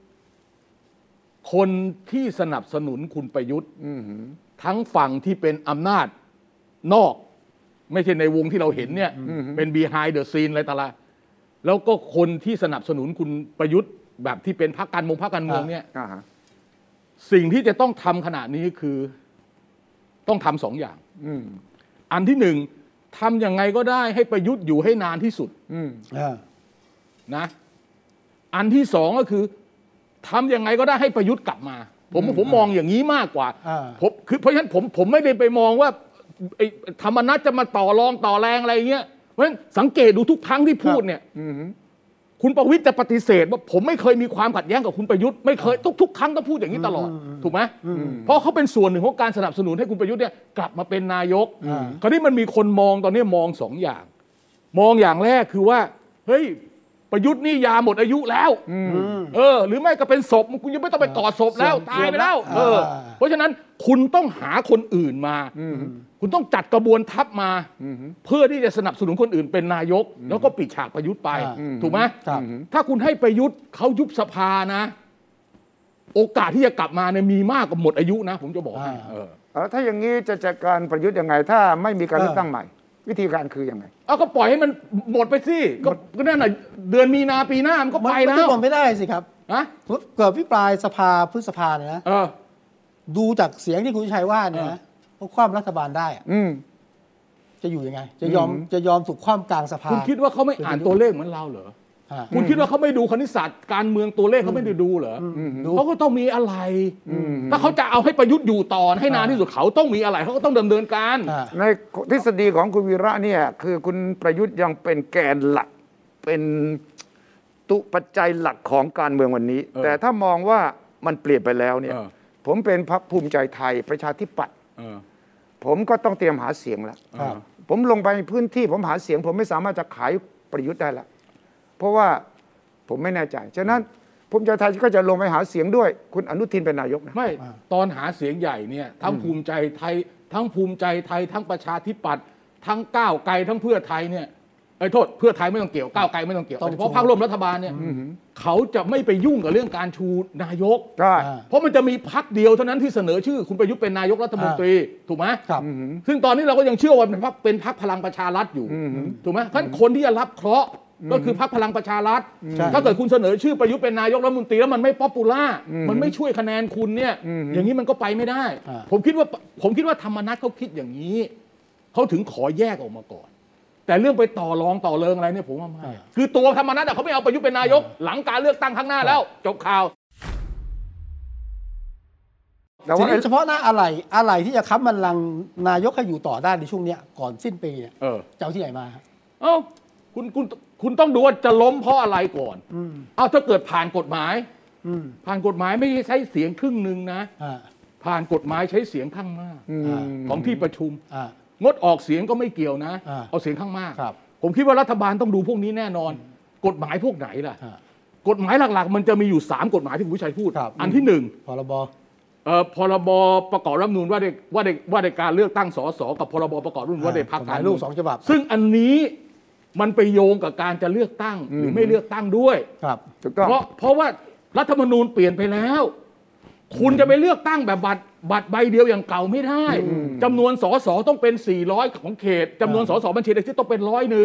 คนที่สนับสนุนคุณประยุทธ์ทั้งฝั่งที่เป็นอำนาจนอกไม่ใช่ในวงที่เราเห็นเนี่ยเป็น behind the scene อะไรต่างๆแล้วก็คนที่สนับสนุนคุณประยุทธ์แบบที่เป็นพรรคการเมืองเนี่ยสิ่งที่จะต้องทำขณะนี้คือต้องทำ2 อย่างอันที่ 1ทำยังไงก็ได้ให้ประยุทธ์อยู่ให้นานที่สุดนะอันที่ 2ก็คือทำยังไงก็ได้ให้ประยุทธ์กลับมาผมมองอย่างนี้มากกว่าเพราะฉะนั้นผมไม่ได้ไปมองว่าธรรมนัสจะมาต่อรองต่อแรงอะไรเงี้ยเพราะฉะนั้นสังเกตดูทุกครั้งที่พูดเนี่ยคุณประวิตรจะปฏิเสธว่าผมไม่เคยมีความขัดแย้งกับคุณประยุทธ์ไม่เคยทุกครั้งต้องพูดอย่างนี้ตลอดถูกไหมเพราะเขาเป็นส่วนหนึ่งของการสนับสนุนให้คุณประยุทธ์เนี่ยกลับมาเป็นนายกคราวนี้มันมีคนมองตอนนี้มอง2 อย่างมองอย่างแรกคือว่าเฮ้ยประยุทธ์นี่ยาหมดอายุแล้วหรือไม่ก็เป็นศพคุณยังไม่ต้องไปกอดศพแล้วตายไปแล้วเพราะฉะนั้นคุณต้องหาคนอื่นมาคุณต้องจัดกระบวนทัพมาเพื่อที่จะสนับสนุนคนอื่นเป็นนายกแล้วก็ปิดฉากประยุทธ์ไปถูกไหมถ้าคุณให้ประยุทธ์เขายุบสภานะโอกาสที่จะกลับมาเนี่ยมีมากกว่าหมดอายุนะผมจะบอกให้
ถ้าอย่างนี้จะจัดการประยุทธ์ยังไงถ้าไม่มีการเลือกตั้งใหม่วิธีการคือยังไง
ก็ปล่อยให้มันหมดไปสิก็นั่นน่ะเดือนมีนาปีหน้ามันก็ไปแล้ว
มันไม่ได้สิครับเกิดพิปรายสภาพฤษภาเนี่ยนะดูจากเสียงที่คุณชัยว่าเนี่ยนะก็คว่ำรัฐบาลได้จะอยู่ยังไงจะยอมถูกคว่ำกลางสภา
คุณคิดว่าเขาไม่อ่านตัวเลขเหมือนเราเหรอคุณคิดว่าเขาไม่ดูคณิตศาสตร์การเมืองตัวเลขเขาไม่ได้ดูเหรอเขาก็ต้องมีอะไรถ้าเขาจะเอาให้ประยุทธ์อยู่ต่อให้นานที่สุดเขาต้องมีอะไรเขาก็ต้องดำเนินการ
ในทฤษฎีของคุณวีระเนี่ยคือคุณประยุทธ์ยังเป็นแกนหลักเป็นตุปัจจัยหลักของการเมืองวันนี้แต่ถ้ามองว่ามันเปลี่ยนไปแล้วเนี่ยผมเป็นพรรคภูมิใจไทยประชาธิปัตย์ผมก็ต้องเตรียมหาเสียงแล้วผมลงไปในพื้นที่ผมหาเสียงผมไม่สามารถจะขายประยุทธ์ได้ละเพราะว่าผมไม่แน่ใจฉะนั้นภูมิใจไทยก็จะลงไปหาเสียงด้วยคุณอนุทินเป็นนายกนะ
ไม่ตอนหาเสียงใหญ่เนี่ยทั้งภูมิใจไทยทั้งประชาธิปัตย์ทั้งก้าวไกลทั้งเพื่อไทยเนี่ยโทษเพื่อไทยไม่ต้องเกี่ยวก้าวไกลไม่ต้องเกี่ยวเพราะพรรคร่วมรัฐบาลเนี่ยเขาจะไม่ไปยุ่งกับเรื่องการชูนายกเพราะมันจะมีพรรคเดียวเท่านั้นที่เสนอชื่อคุณประยุทธ์เป็นนายกรัฐมนตรีถูกไหมซึ่งตอนนี้เราก็ยังเชื่อว่าเป็นพรรคพลังประชารัฐอยู่ถูกไหมเพราะคนที่จะรับเคราะห์ก็คือพรรคพลังประชารัฐถ้าเกิดคุณเสนอชื่อประยุทธ์เป็นนายกรัฐมนตรีแล้วมันไม่ป๊อปปูล่ามันไม่ช่วยคะแนนคุณเนี่ยอย่างนี้มันก็ไปไม่ได้ผมคิดว่าธรรมนัสเขาคิดอย่างนี้เขาถึงขอแยกออกมาก่อนแต่เรื่องไปต่อรองต่อเริงอะไรเนี่ยผมว่าไม่คือตัวธรรมนัสเขาไม่เอาประยุทธ์เป็นนายกหลังการเลือกตั้งข้างหน้าแล้วจบข่าว
แต่ว่าเฉพาะหน้าอะไรที่จะค้ำบัลลังก์นายกให้อยู่ต่อได้ในช่วงนี้ก่อนสิ้นปีเนี่ยจะเอาที่ไหนมา
คุณต้องดูว่าจะล้มเพราะอะไรก่อนถ้าเกิดผ่านกฎหมายไม่ใช้เสียงครึ่งนึงนะผ่านกฎหมายใช้เสียงข้างมากของที่ประชุมงดออกเสียงก็ไม่เกี่ยวนะเอาเสียงข้างมากผมคิดว่ารัฐบาลต้องดูพวกนี้แน่นอนกฎหมายพวกไหนล่ะกฎหมายหลักๆมันจะมีอยู่3กฎหมายที่คุณวิชัยพูดอันที่1พรบประกอบรัฐธรรมนูญว่าด้วยการเลือกตั้งสสกับพรบประกอบรัฐธรรมนูญว่าด้วยพรรคการเมือง
2ฉบับ
ซึ่งอันนี้มันไปโยงกับการจะเลือกตั้งหรือไม่เลือกตั้งด้วยเพราะว่ารัฐธรรมนูญเปลี่ยนไปแล้วคุณจะไปเลือกตั้งแบบบัตรใบเดียวอย่างเก่าไม่ได้จำนวนสสต้องเป็น400ของเขตจำนวนสสบัญชีรายชื่อต้องเป็น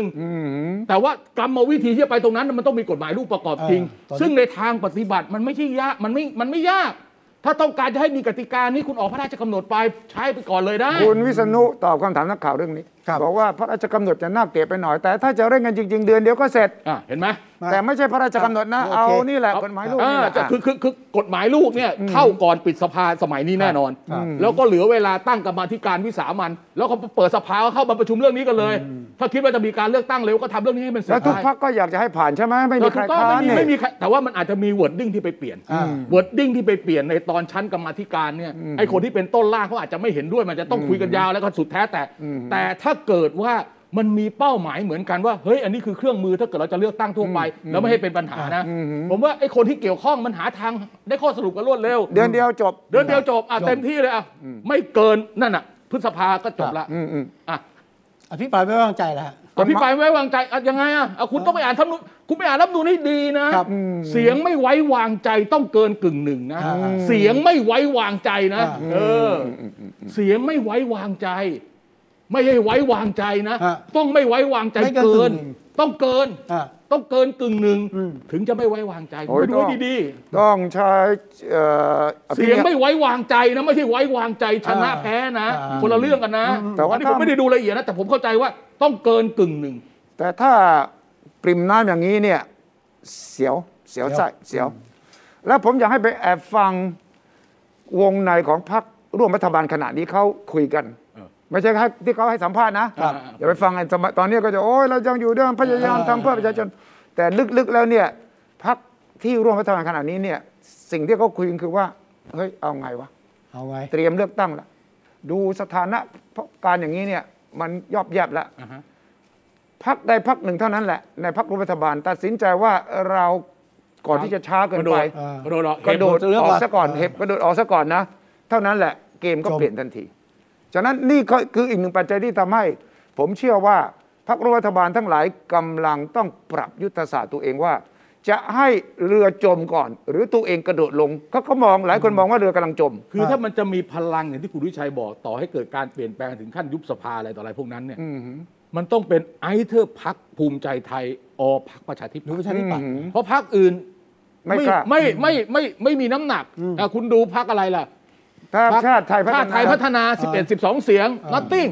100แต่ว่ากรรมวิธีที่จะไปตรงนั้นมันต้องมีกฎหมายรูปประกอบจริงซึ่งในทางปฏิบัติมันไม่ใช่ยากมันไม่ยากถ้าต้องการจะให้มีกติกานี้คุณออกพระราชกำหนดไปใช้ไปก่อนเลยได้
คุณวิษณุตอบคำถามนักข่าวเรื่องนี้บอกว่าพระราชกำหนดจะน่าเกลียดไปหน่อยแต่ถ้าจะเร่งกันจริงๆเดือนเดียวก็เสร็จ
เห็นไหม
แต่ไม่ใช่พระราชกำหนดนะเอานี่แหละกฎหมายลูกนี่แหละ
คือกฎหมายลูกเนี่ยเข้าก่อนปิดสภาสมัยนี้แน่นอนแล้วก็เหลือเวลาตั้งกรรมาธิการวิสามัญแล้วก็เปิดสภาเข้ามาประชุมเรื่องนี้กันเลยถ้าคิดว่าจะมีการเลือกตั้งเร็วก็ทำเรื่องนี้ให้มันเสร็จ
แล้วทุกพรรคก็อยากจะให้ผ่านใช่ไหมไม่มีใครค้าน
ไม่มีแต่ว่ามันอาจจะมีวอร์ดดิ้งที่ไปเปลี่ยนวอร์ดดิ้งที่ไปเปลี่ยนในตอนชั้นกรรมาธิการเนี่ยไอ้คนที่เป็นต้นล่างเขาอาจจะไม่เห็นด้วยมันจะต้องคุยกันยาวแล้วก็สุดแท้แต่ถ้าเกิดว่ามันมีเป้าหมายเหมือนกันว่าเฮ้ยอันนี้คือเครื่องมือถ้าเกิดเราจะเลือกตั้งทั่วไปแล้วไม่ให้เป็นปัญหานะผมว่าไอ้คนที่เกี่ยวข้องมันหาทางได้ข้อสรุปกันรวดเร็ว
เดือนเดียวจบ
เต็มที่เลยไม่เกินนั่นน่ะพฤษภาก็จบละ
อภิปรายไม่ไว้วางใจแล้ว
อภิปรายไม่ไว้วางใจยังไงคุณต้องไปอ่านรัฐธรรมนูญคุณไปอ่านรัฐธรรมนูญให้ดีนะเสียงไม่ไว้วางใจต้องเกิน1/2นะเสียงไม่ไว้วางใจนะเสียงไม่ไว้วางใจไม่ให้ไว้วางใจนะต้องไม่ไว้วางใจเกินต้องเกิน1/2ถึงจะไม่ไว้วางใจไปดูดี
ๆต้องใช้
เสียงไม่ไว้วางใจนะไม่ใช่ไว้วางใจชนะแพ้นะคนละเรื่องกันนะแต่ว่าผมไม่ได้ดูละเอียดนะแต่ผมเข้าใจว่าต้องเกิน1/2
แต่ถ้าปริ่มน้ำอย่างนี้เนี่ยเสียวใจเสียวแล้วผมอยากให้ไปแอบฟังวงในของพรรคร่วมรัฐบาลขณะนี้เขาคุยกันไม่ใช่ที่เขาให้สัมภาษณ์นะอย่าไปฟังตอนนี้ก็จะโอ้ยเรายังอยู่เรื่องพยายามทำเพื่อประชาชนแต่ลึกๆแล้วเนี่ยพรรคที่ร่วมรัฐบาลขณะนี้เนี่ยสิ่งที่เขาคุยกันคือว่าเฮ้ยเอาไงวะเตรียมเลือกตั้งละดูสถานะการอย่างนี้เนี่ยมันยอบแยบแล้วพรรคใดพรรคหนึ่งเท่านั้นแหละในพรรครัฐบาลตัดสินใจว่าเราก่อนที่จะช้าเกินไปกระโดดออกซะก่อนกระโดดออกซะก่อนนะเท่านั้นแหละเกมก็เปลี่ยนทันทีฉะนั้นนี่ก็คืออีกหนึ่งปัจจัยที่ทำให้ผมเชื่อว่าพรรครัฐบาลทั้งหลายกำลังต้องปรับยุทธศาสตร์ตัวเองว่าจะให้เรือจมก่อนหรือตัวเองกระโดดลงเขามองหลายคนมองว่าเรือกำลังจม
คือถ้ามันจะมีพลังอย่างที่คุณวิชัยบอกต่อให้เกิดการเปลี่ยนแปลงถึงขั้นยุบสภาอะไรต่ออะไรพวกนั้นเนี่ยมันต้องเป็นไอเทอร์พรรคภูมิใจไทยพรรคประชาธิปัตย์เพราะพรรคอื่นไม่มีน้ำหนักคุณดูพรรคอะไรล่ะ
ชาติไทย
พัฒนา11-12 เสียง nothing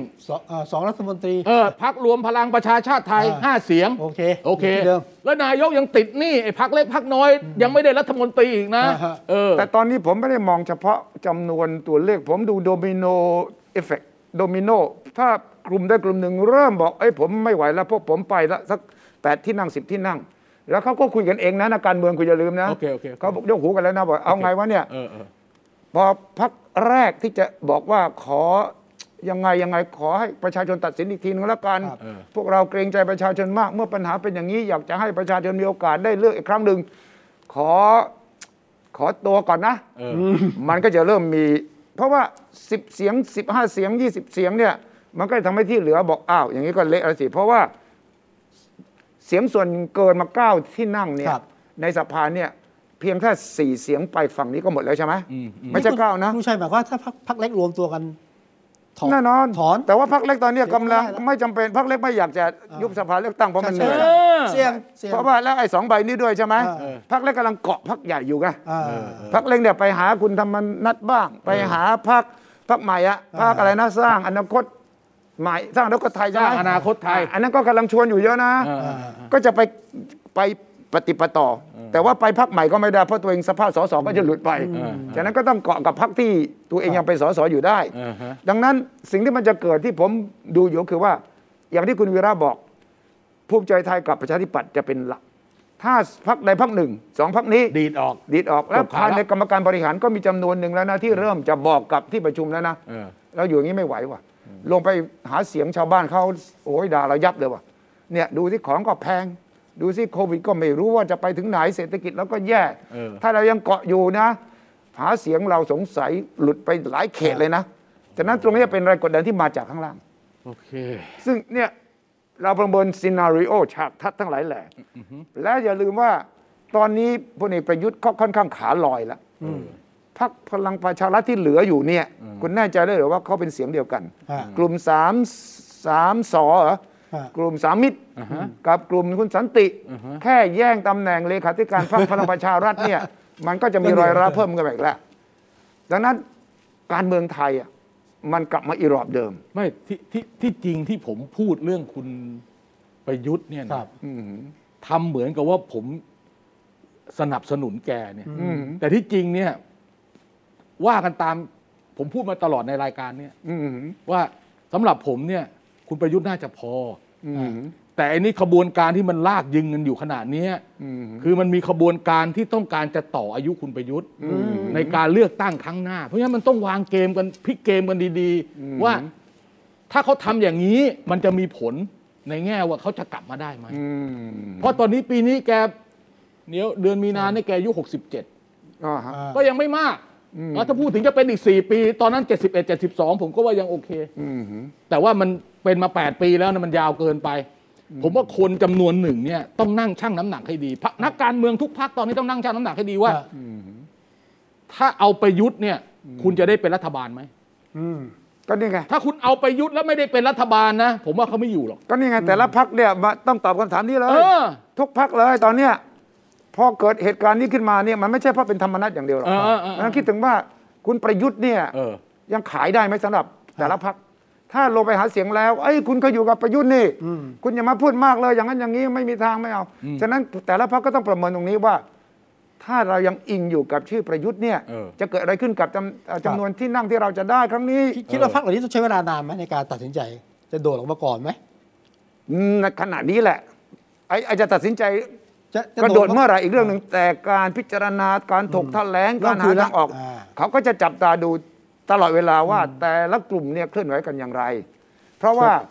2รัฐมนตรี
พรรครวมพลังประชาชาติไทย5เสียงโอเคแล้วนายกยังติดหนี้ไอ้พรรคเล็กพรรคน้อยยังไม่ได้รัฐมนตรีอีกนะ
แต่ตอนนี้ผมไม่ได้มองเฉพาะจำนวนตัวเลขผมดูโดมิโนเอฟเฟกต์โดมิโนถ้ากลุ่มใดกลุ่มหนึ่งเริ่มบอกผมไม่ไหวแล้วพวกผมไปแล้วสัก8ที่นั่ง10ที่นั่งแล้วเขาก็คุยกันเองนะนักการเมืองคุณอย่าลืมนะเขาบอกยกหูกันแล้วนะบอกเอาไงวะเนี่ยพอพรรคแรกที่จะบอกว่าขอยังไงขอให้ประชาชนตัดสินอีกทีนึงแล้วกันพวกเราเกรงใจประชาชนมากเมื่อปัญหาเป็นอย่างนี้อยากจะให้ประชาชนมีโอกาสได้เลือกอีกครั้งหนึ่งขอตัวก่อนนะมันก็จะเริ่มมีเพราะว่า10เสียง15เสียง20เสียงเนี่ยมันก็จะทำให้ที่เหลือบอกอ้าวอย่างนี้ก็เละแล้วสิเพราะว่าเสียงส่วนเกินมา9ที่นั่งเนี่ยในสภาเนี่ยเพียงแค่4เสียงไปฝั่งนี้ก็หมดแล้วใช่ไหมไม่ใช่9นะ
ผู้ชัยบอกว่าถ้าพรรคเล็กรวมตัวกัน
แน่นอนถอนแต่ว่าพรรคเล็กตอนนี้กำลังไม่จำเป็นพรรคเล็กไม่อยากจะยุบสภาเลือกตั้งเพราะมันเหนื่อย
เสี่ยง
เพราะว่าแล้วไอ้2ใบนี้ด้วยใช่ไหมพรรคเล็กกำลังเกาะพรรคใหญ่อยู่ไงพรรคเล็กเนี่ยไปหาคุณธรรมนัสบ้างไปหาพรรคใหม่อะพรรคอะไรนะสร้างอนาคตใหม่สร้างอนาคตไทยใช่ไหม
อนาคตไทย
อันนั้นก็กำลังชวนอยู่เยอะนะก็จะไปปฏิปต่อแต่ว่าไปพรรคใหม่ก็ไม่ได้เพราะตัวเองสภาพสสก็จะหลุดไปฉะนั้นก็ต้องเกาะกับพรรคที่ตัวเองยังเป็นสสอยู่ได้ดังนั้นสิ่งที่มันจะเกิดที่ผมดูอยู่คือว่าอย่างที่คุณวีระบอกภูมิใจไทยกับประชาธิปัตย์จะเป็นหลักถ้าพรรคใดพรรคหนึ่ง2พรรคนี้
ดีดออก
แล้วภายในกรรมการบริหารก็มีจำนวนหนึ่งแล้วนะที่เริ่มจะบอกกับที่ประชุมแล้วนะเราอยู่อย่างนี้ไม่ไหวว่ะลงไปหาเสียงชาวบ้านเขาโอ้ยด่าเรายับเลยว่ะเนี่ยดูที่ของก็แพงดูสิโควิดก็ไม่รู้ว่าจะไปถึงไหนเศรษฐกิจเราก็แย่ถ้าเรายังเกาะอยู่นะหาเสียงเราสงสัยหลุดไปหลายเขตเลยนะฉะนั้นตรงนี้เป็นแรงกดดันที่มาจากข้างล่าง
โอเค
ซึ่งเนี่ยเราประเมินซีนาริโอฉากทัศน์ทั้งหลายแหล่และอย่าลืมว่าตอนนี้พลเอกประยุทธ์เขาค่อนข้างขาลอยแล้วพรรคพลังประชารัฐที่เหลืออยู่เนี่ยคุณแน่ใจได้หรือว่าเขาเป็นเสียงเดียวกันกลุ่ม3สกลุ่มสามมิตรกับกลุ่มคุณสันติแค่แย่งตำแหน่งเลขาธิการพรรคพลังประชารัฐเนี่ยมันก็จะมีรอยร้าวเพิ่มกันไปอีกแล้วดังนั้นการเมืองไทยมันกลับมาอีรอบเดิม
ไม่ที่จริงที่ผมพูดเรื่องคุณประยุทธ์เนี่ยนะทำเหมือนกับว่าผมสนับสนุนแกเนี่ยแต่ที่จริงเนี่ยว่ากันตามผมพูดมาตลอดในรายการเนี่ยว่าสำหรับผมเนี่ยคุณประยุทธ์น่าจะพอแต่อันนี้ขบวนการที่มันลากยึงกันอยู่ขนาดนี้คือมันมีขบวนการที่ต้องการจะต่ออายุคุณประยุทธ์ในการเลือกตั้งครั้งหน้าเพราะฉะนั้นมันต้องวางเกมกันพลิกเกมกันดีๆว่าถ้าเขาทำอย่างนี้มันจะมีผลในแง่ว่าเขาจะกลับมาได้ไหมเพราะตอนนี้ปีนี้แกเดือนมีนาเนี่ยแกอายุ67ก็ยังไม่มากถ้าพูดถึงจะเป็นอีก4ปีตอนนั้น71 72ผมก็ว่ายังโอเคแต่ว่ามันเป็นมา8ปีแล้วนะมันยาวเกินไปผมว่าคนจำนวนหนึ่งเนี่ยต้องนั่งชั่งน้ำหนักให้ดีนักการเมืองทุกพรรคตอนนี้ต้องนั่งชั่งน้ำหนักให้ดีว่าถ้าเอาประยุทธ์เนี่ยคุณจะได้เป็นรัฐบาลไหม
ก็นี่ไง
ถ้าคุณเอาประยุทธ์แล้วไม่ได้เป็นรัฐบาลนะผมว่าเขาไม่อยู่หรอก
ก็นี่ไงแต่ละพรรคเนี่ยต้องตอบคำถามนี้เลยทุกพรรคเลยตอนเนี้ยพอเกิดเหตุการณ์นี้ขึ้นมาเนี่ยมันไม่ใช่เพราะเป็นธรรมนัสอย่างเดียวหรอกมันคิดถึงว่าคุณประยุทธ์เนี่ยยังขายได้ไหมสำหรับแต่ละพรรคถ้าลงไปหาเสียงแล้วคุณก็อยู่กับประยุทธ์นี่คุณอย่ามาพูดมากเลยอย่างนั้นอย่างนี้ไม่มีทางไม่เอาฉะนั้นแต่ละพรรคก็ต้องประเมินตรงนี้ว่าถ้าเรายังอิงอยู่กับชื่อประยุทธ์เนี่ยจะเกิดอะไรขึ้นกับจำนวนที่นั่งที่เราจะได้ครั้งนี้
คิดว่าพรรคเหล่านี้ต้องใช้เวลานานไหมในการตัดสินใจจะโดดออกมาก่อนไหม
ในขณะนี้แหละจะตัดสินใจกระโดดเมื่อไหร่อีกเรื่องหนึ่งแต่การพิจารณาการถกแถลงการหาทางออกเขาก็จะจับตาดูตลอดเวลาว่าแต่ละกลุ่มเนี่ยเคลื่อนไหวกันอย่างไรเพราะว่า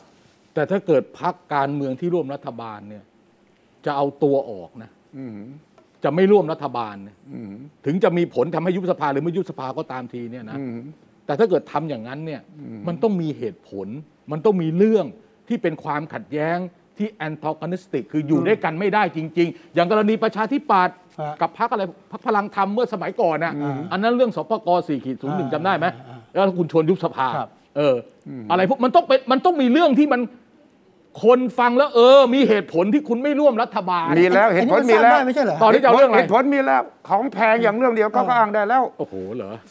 แต่ถ้าเกิดพรรคการเมืองที่ร่วมรัฐบาลเนี่ยจะเอาตัวออกนะจะไม่ร่วมรัฐบาลเนี่ยถึงจะมีผลทำให้ยุบสภาหรือไม่ยุบสภาก็ตามทีเนี่ยนะแต่ถ้าเกิดทำอย่างนั้นเนี่ยมันต้องมีเหตุผลมันต้องมีเรื่องที่เป็นความขัดแย้งที่ antagonistic คืออยู่ด้วยกันไม่ได้จริงๆอย่างกรณีประชาธิปัตย์กับพรรคอะไรพรรคพลังธรรมเมื่อสมัยก่อนน่ะอันนั้นเรื่องสปก4.01จำได้ไหมแล้วคุณชวนยุบสภาอะไรพวกมันต้องมีเรื่องที่มันคนฟังแล้วมีเหตุผลที่คุณไม่ร่วมรัฐบาล
มีแล้วเหตุผลมีแล้ว
ไม่ใช่เหรอ
ตอนนี้จะเรื่องอะไร
เหตุผลมีแล้วของแพงอย่างเรื่องเดียวก็อ้างได้แล้ว
โอ้โหเหรอ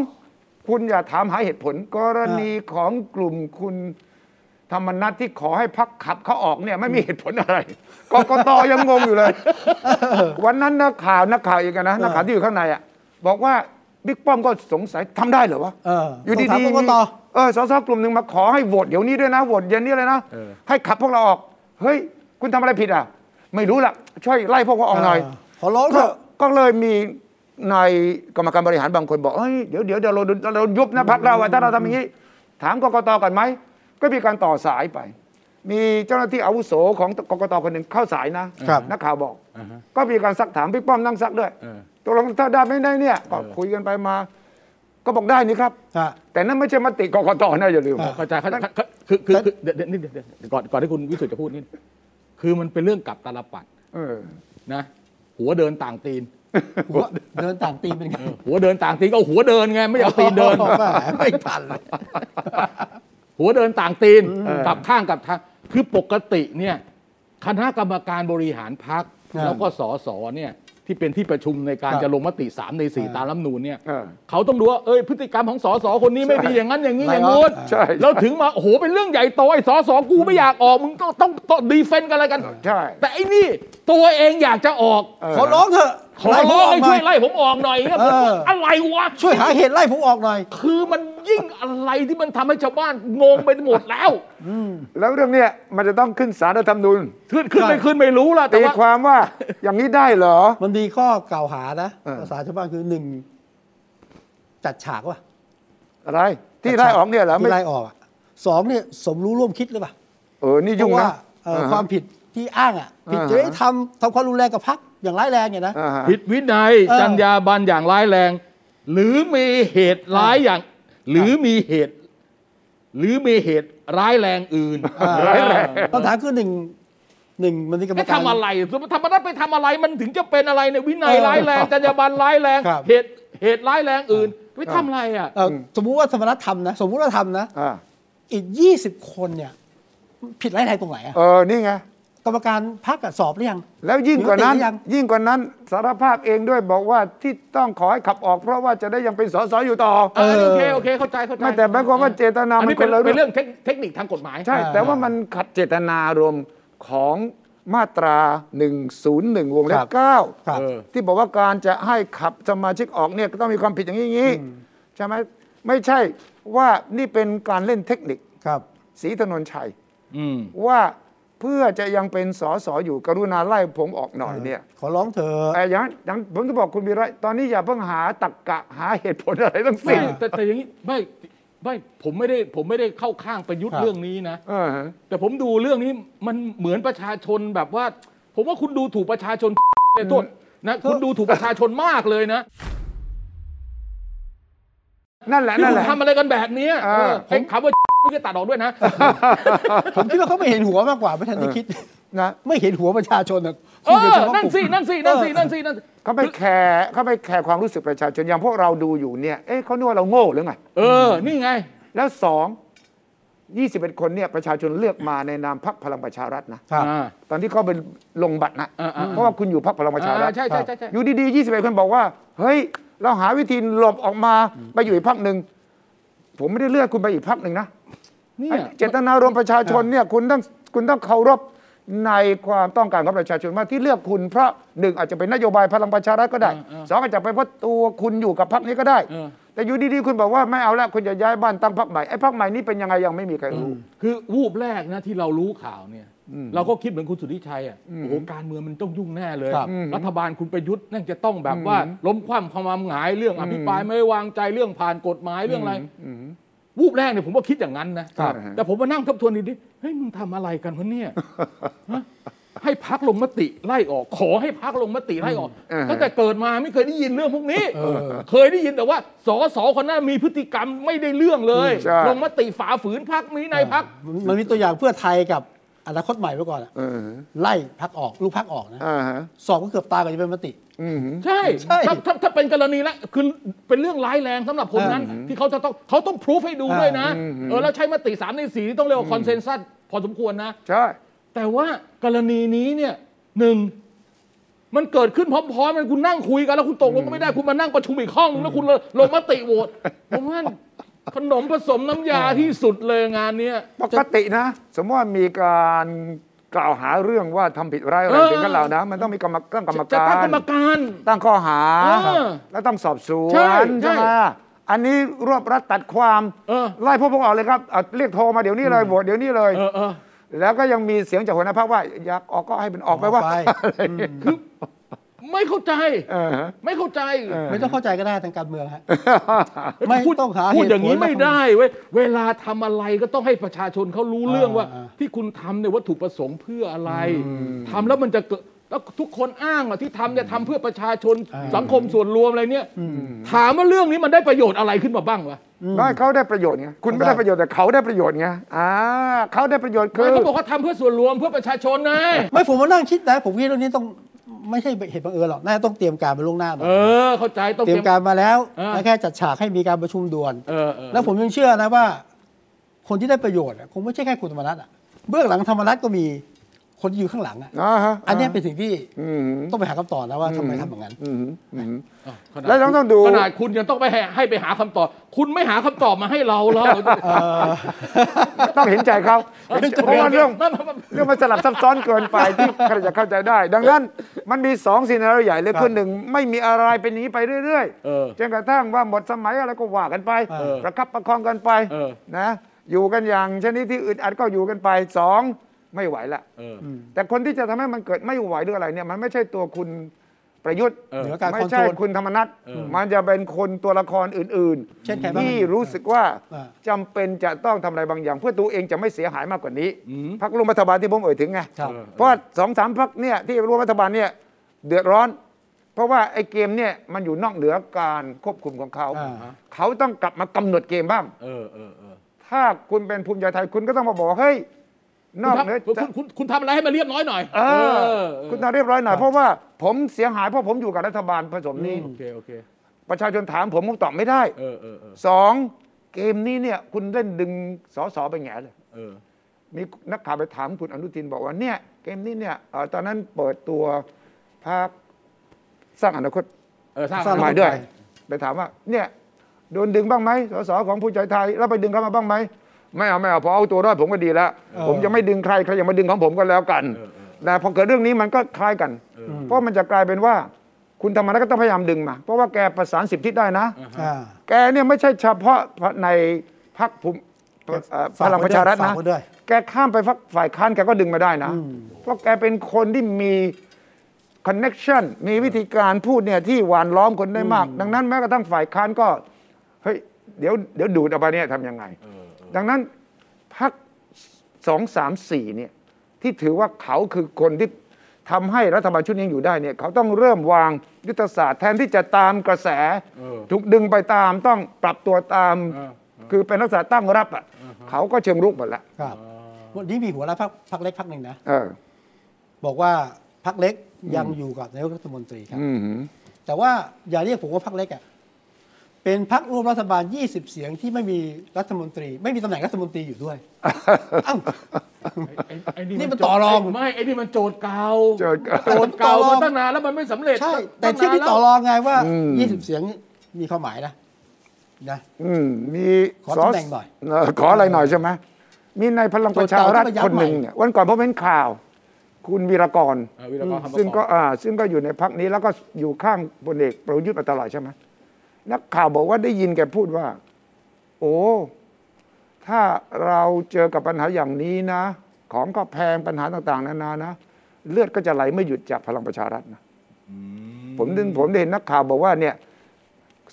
2คุณอย่าถามหาเหตุผลกรณีของกลุ่มคุณธรรมนัสที่ขอให้พรรคขับเขาออกเนี่ยไม่มีเหตุผลอะไรกกต.ยังงงอยู่เลยวันนั้นนักข่าวอีกนะนักข่าวที่อยู่ข้างในอ่ะบอกว่าบิ๊กป้อมก็สงสัยทำได้เหรอวะอยู่ดีๆสสกลุ่มหนึ่งมาขอให้โหวตเดี๋ยวนี้ด้วยนะโหวตเย็นนี้เลยนะให้ขับพวกเราออกเฮ้ยคุณทำอะไรผิดอ่ะไม่รู้ล่ะช่วยไล่พวกเขาออกหน่อย
ขอร้องเถอะ
ก็เลยมีนายกรรมการบริหารบางคนบอกเฮ้ยเดี๋ยวเรายุบนะพรรคเราถ้าเราทำอย่างนี้ถามกกต.ก่อนไหมก็มีการต่อสายไปมีเจ้าหน้าที่อาวุโสของกกต.คนหนึ่งเข้าสายนะนักข่าวบอกก็มีการซักถามบิ๊กป้อมนั่งซักด้วยตกลงถ้าได้ไม่ได้เนี่ยก็คุยกันไปมาก็บอกได้นี่ครับแต่นั่นไม่ใช่มติกกต.นะอย่าลืม
เข้าใจคือเดี๋ยวก่อนที่คุณวิสุทธิ์จะพูดนี่คือมันเป็นเรื่องกับตาลปัดนะหัวเดินต่างตีน
หัวเดินต่างตีนเป็นไง
หัวเดินต่างตีนก็หัวเดินไงไม่เอาตีนเดิน
ไม่ทัน
หัวเดินต่างตีนกับข้างกับทางคือปกติเนี่ยคณะกรรมการบริหารพรรคแล้วก็สสเนี่ยที่เป็นที่ประชุมในการจะลงมติ3 ใน 4ตามรัฐธรรมนูญเนี่ยเขาต้องดูว่าพฤติกรรมของสสคนนี้ไม่ดีอย่างนั้นอย่างนี้อย่างงู้นแล้วถึงมาโอ้โหเป็นเรื่องใหญ่โตไอ้สสกูไม่อยากออกมึงก็ต้องดีเฟนต์กันอะไรกันแต่ไอ้นี่ตัวเองอยากจะออก
ขอร้องเถอะ
ขอร้องให้ช่วยไล่ผมออกหน่อยครับอะไรวะ
ช่วยหาเหตุไล่ผมออกหน่อย
คือมันยิ่งอะไรที่มันทำให้ชาวบ้านงงไปหมดแล้ว
แล้วเรื่องเนี้ยมันจะต้องขึ้นศาลรัฐธรรมนูญ
ขึ้นไม่รู้ล่ะ
แต่ความว่าอย่างนี้ได้เหรอ
มันมีข้อกล่าวหานะภาษาชาวบ้านคือ1จัดฉากว่ะ
อะไรที่ไล่ออกเนี่ยเหรอ
ไม่ไล่ออก2เนี่ยสมรู้ร่วมคิดหรือเปล่า
นี่ยุ่งนะ
ความผิดที่อ้างผิดจะได้ทำความรุนแรงกับพรรคอย่างร้ายแรงเนี่ยนะ
ผิดวินัยจรรยาบรรณอย่างร้ายแรงหรือมีเหตุร้ายอย่างหรือมีเหตุร้ายแรงอื่น
คำถามคือหนึ่งมันมีกรรมการ
ทำอะไรสมมติธรรมนัสไปทำอะไรมันถึงจะเป็นอะไรเนี่ยวินัยร้ายแรงจรรยาบรรณร้ายแรงเหตุร้ายแรงอื่นไปทำอะไรอ่ะ
สมมุติว่าธรรมนัสทำนะอีก20 คนเนี่ยผิดร้ายแรงตรงไหน
นี่ไง
กรรมการพรรคสอบหรือยัง
แล้วยิ่งกว่านั้นสารภาพเองด้วยบอกว่าที่ต้องขอให้ขับออกเพราะว่าจะได้ยังเป็นสสอยู่ต่อ
โอเคเข้าใจ
ไม่แต่หมายความว่าเจตนา
มันเป็นเรื่องเทคนิคทางกฎหมาย
ใช่แต่ว่ามันขัดเจตนารมณ์ของมาตรา101วงเล็บ9ที่บอกว่าการจะให้ขับสมาชิกออกเนี่ยก็ต้องมีความผิดอย่างนี้ใช่ไหมไม่ใช่ว่านี่เป็นการเล่นเทคนิคศรีถนนชัยว่าเพื่อจะยังเป็นสสอยู่กรุณาไล่ผมออกหน่อยเนี่ย
ขอร้องเถอะ
อย่างผมจะบอกคุณวีระตอนนี้อย่าเพิ่งหาตรรกะหาเหตุผลอะไรทั้งสิ้น
แต่อย่างนี้ไม่ผมไม่ได้เข้าข้างประยุทธ์เรื่องนี้นะแต่ผมดูเรื่องนี้มันเหมือนประชาชนแบบว่าผมว่าคุณดูถูกประชาชนเลยโทษนะคุณดูถูกประชาชนมากเลยนะ
นั่นแหละ
ทำอะไรกันแบบนี้คำว่าไม่จะตัดออกด้วยนะ
ผมคิดว่าเขาไม่เห็นหัวมากกว่าไม่ทันได้คิดนะไม่เห็นหัวประชาชน
นั่นสิ
เขาไปแคร์ความรู้สึกประชาชนอย่างพวกเราดูอยู่เนี่ยเขาคิดว่าเราโง่หรือไง
นี่ไง
แล้ว21 คนเนี่ยประชาชนเลือกมาในนามพรรคพลังประชารัฐนะตอนที่เขาไปลงบัตรนะเพราะว่าคุณอยู่พรรคพลังประชารัฐ
ใช่
อยู่ดีๆ21 คนบอกว่าเฮ้ยเราหาวิธีหลบออกมาไปอยู่อีกพรรคหนึ่งผมไม่ได้เลือกคุณไปอีกพรรคหนึ่งนะเจตนารมณ์ประชาชนเนี่ยคุณต้องเคารพในความต้องการของประชาชนว่าที่เลือกคุณเพราะ1อาจจะเป็นนโยบายพลังประชารัฐก็ได้2อาจจะเป็นเพราะตัวคุณอยู่กับพรรคนี้ก็ได้แต่อยู่ดีๆคุณบอกว่าไม่เอาแล้วคุณจะย้ายบ้านตั้งพรรคใหม่ไอ้พรรคใหม่นี้เป็นยังไงยังไม่มีใครรู้
คือวูบแรกนะที่เรารู้ข่าวเนี่ยเราก็คิดเหมือนคุณสุทธิชัยโอ้โหการเมืองมันต้องยุ่งแน่เลยรัฐบาลคุณประยุทธ์นั่นจะต้องแบบว่าล้มคว่ำความหงายเรื่องอภิปรายไม่ไว้วางใจเรื่องผ่านกฎหมายเรื่องอะไรวูบแรกเนี่ยผมว่าคิดอย่างนั้นนะแต่ผมมานั่งทบทวนดีๆเฮ้ยมึงทำอะไรกันวะเนี่ยให้พรรคลงมติไล่ออกขอให้พรรคลงมติไล่ออกตั้งแต่เกิดมาไม่เคยได้ยินเรื่องพวกนี้เคยได้ยินแต่ว่าสสคนนั้นมีพฤติกรรมไม่ได้เรื่องเลยลงมติฝ่าฝืนพรรคมีในพรรค
มันมีตัวอย่างเพื่อไทยกับอนาคตใหม่ไว้ก่อนไล่พรรคออกลูกพรรคออกนะสอบก็เกือบตายก่อนจะเป็นมติ
ใช่ถ้าเป็นกรณีแล้วคือเป็นเรื่องร้ายแรงสำหรับคนนั้นที่เขาต้องพิสูจให้ดูด้วยนะแล้วใช้มติ3 ใน 4ต้องเรียกว่าคอนเซนซัสพอสมควรนะ
ใช่
แต่ว่ากรณีนี้เนี่ย1มันเกิดขึ้นพร้อมๆกันคุณนั่งคุยกันแล้วคุณตกลงก็ไม่ได้คุณมานั่งประชุมอีกห้องนึงแล้วคุณลงมติโหวตผมว่าขนมผสมน้ำยาที่สุดเลยงานนี้
ปกตินะสมมติว่ามีการกล่าวหาเรื่องว่าทำผิดร้ายแรงถึงกันเรานะมันต้องมีกรรมการตั้งข้อหาแล้วต้องสอบสวนใช่ไหมอันนี้รวบรัดตัดความไล่พวกออกเลยครับเรียกโทรมาเดี๋ยวนี้เลยโหวตเดี๋ยวนี้เลยแล้วก็ยังมีเสียงจากหัวหน้าพรรคว่าอยากออกก็ให้มันออกไปว่า
คือไม่เข้าใจไม่เข้าใจ
ไม่ต้องเข้าใจก็ได้ทางการเมืองฮะไม่ต้องหา
พูดอย่างนี้ไม่ได้เว้ยเวลาทำอะไรก็ต้องให้ประชาชนเขารู้เรื่องว่าที่คุณทำเนี่ยวัตถุประสงค์เพื่ออะไรทำแล้วมันจะแล้วทุกคนอ้างว่าที่ทำเนี่ยทำเพื่อประชาชนสังคมส่วนรวมอะไรเนี่ยถามว่าเรื่องนี้มันได้ประโยชน์อะไรขึ้นมาบ้างวะ
ได้เขาได้ประโยชน์ไงคุณไม่ได้ประโยชน์แต่เขาได้ประโยชน์ไงเขาได้ประโยชน์คือ
เขาบอกว่าทำเพื่อส่วนรวมเพื่อประชาชนไง
ไม่ผมมานั่งคิดนะผมคิดเรื่องนี้ต้องไม่ใช่เหตุบังเอิญหรอกน่าต้องเตรียมการมาล่วงหน้า
เข้าใจต้อง
เตรียมการมาแล้วแค่จัดฉากให้มีการประชุมด่วนแล้วผมยังเชื่อนะว่าคนที่ได้ประโยชน์คงไม่ใช่แค่คุณธรรมนัสเบื้องหลังธรรมนัสก็มีคนที่อยู่ข้างหลังอันนี้เป็นสิ่งที่ต้องไปหาคำตอบนะว่าทำไมทำอย่างนั้น
แล้วต้องดู
ขนาดคุณยังต้องไปให้ไปหาคำตอบคุณไม่หาคำตอบมาให้เราแล้ว
ต้องเห็นใจเขาเพราะว่าเรื่องมันสลับซับซ้อนเกินไปที่ใครจะเข้าใจได้ดังนั้นมันมี2ซีนาริโอใหญ่เลยคือ1ไม่มีอะไรเป็นอย่างนี้ไปเรื่อยๆจนกระทั่งว่าหมดสมัยอะไรก็ว่ากันไปประคับประคองกันไปนะอยู่กันอย่างชนิดที่อึดอัดก็อยู่กันไป2ไม่ไหวละแต่คนที่จะทำให้มันเกิดไม่ไหวด้วยอะไรเนี่ยมันไม่ใช่ตัวคุณประยุทธ์ไม่ใช่คุณธรรมนัสมันจะเป็นคนตัวละครอื่นๆที่รู้สึกว่าจำเป็นจะต้องทำอะไรบางอย่างเพื่อตัวเองจะไม่เสียหายมากกว่านี้พรรคร่วมรัฐบาลที่ผมเอ่ยถึงไงเพราะ 2-3 พรรคเนี่ยที่ร่วมรัฐบาลเนี่ยเดือดร้อนเพราะว่าไอ้เกมเนี่ยมันอยู่นอกเหนือการควบคุมของเขาเขาต้องกลับมากำหนดเกมบ้างถ้าคุณเป็นภูมิใจไทยคุณก็ต้องมาบอกเฮ้ยนอกเหนือ
คุณทำอะไรให้มันเรียบร้อยหน่อย
คุณทำเรียบร้อยหน่อยเพราะว่าผมเสียหายเพราะผมอยู่กับรัฐบาลผสมนี้ประชาชนถามผมตอบไม่ได้2เกมนี้เนี่ยคุณเล่นดึงสสไปแง่เลยมีนักข่าวไปถามคุณอนุทินบอกว่าเนี่ยเกมนี้เนี่ยตอนนั้นเปิดตัวพรรคสร้างอนาคตสร้างใหม่ด้วยไปถามว่าเนี่ยโดนดึงบ้างไหมสสของภูมิใจไทยแล้วไปดึงเข้ามาบ้างไหมไม่เอาพอเอาตัวรอดผมก็ดีแล้วผมจะไม่ดึงใครอย่ามาดึงของผมก็แล้วกันแต่พอเกิดเรื่องนี้มันก็คล้ายกันเพราะมันจะกลายเป็นว่าคุณธรรมนัสก็ต้องพยายามดึงมาเพราะว่าแกประสาน10ทิศได้นะแกเนี่ยไม่ใช่เฉพาะในพรรคพลังประชารัฐนะแกข้ามไปฝ่ายค้านแกก็ดึงมาได้นะเพราะแกเป็นคนที่มีคอนเน็กชันมีวิธีการพูดเนี่ยที่หวานล้อมคนได้มากดังนั้นแม้กระทั่งฝ่ายค้านก็เฮ้ยเดี๋ยวดูดเอาไปเนี่ยทำยังไงดังนั้นพรรค2, 3, 4เนี่ยที่ถือว่าเขาคือคนที่ทำให้รัฐบาลชุดนี้อยู่ได้เนี่ยเขาต้องเริ่มวางยุทธศาสตร์แทนที่จะตามกระแสถูกดึงไปตามต้องปรับตัวตามคือเป็นลักษณะตั้งรับเขาก็เชิงรุกหมดแล้ว
วันนี้มีหัวหน้าพรรคเล็กพรรคหนึ่งนะบอกว่าพรรคเล็กยังอยู่กับนายกรัฐมนตรีครับแต่ว่าอย่าเรียกผมว่าพรรคเล็กเป็นพรรคร่วมรัฐบาล20เสียงที่ไม่มีรัฐมนตรีไม่มีตำแหน่งรัฐมนตรีอยู่ด้วยนี่มันต่อรอง
ไม่ไอ้นี่มันโจทย์เก่ามาตั้งนานแล้วมันไม่สำเร็จ
ใช่แต่เที่ยวที่ต่อรองไงว่า20เสียงมีความหมายนะ
มี
ขอตำแหน่งหน่อย
ขออะไรหน่อยใช่ไหมมีในพลังประชารัฐคนหนึ่งเนี่ยวันก่อนผมเห็นข่าวคุณวีรกรซึ่งก็อยู่ในพรรคนี้แล้วก็อยู่ข้างพลเอกประยุทธ์มาตลอดใช่ไหมนักข่าวบอกว่าได้ยินแกพูดว่าโอ้ถ้าเราเจอกับปัญหาอย่างนี้นะของก็แพงปัญหาต่างๆนานานะเลือดก็จะไหลไม่หยุดจากพลังประชารัฐนะผมได้เห็นนักข่าวบอกว่าเนี่ย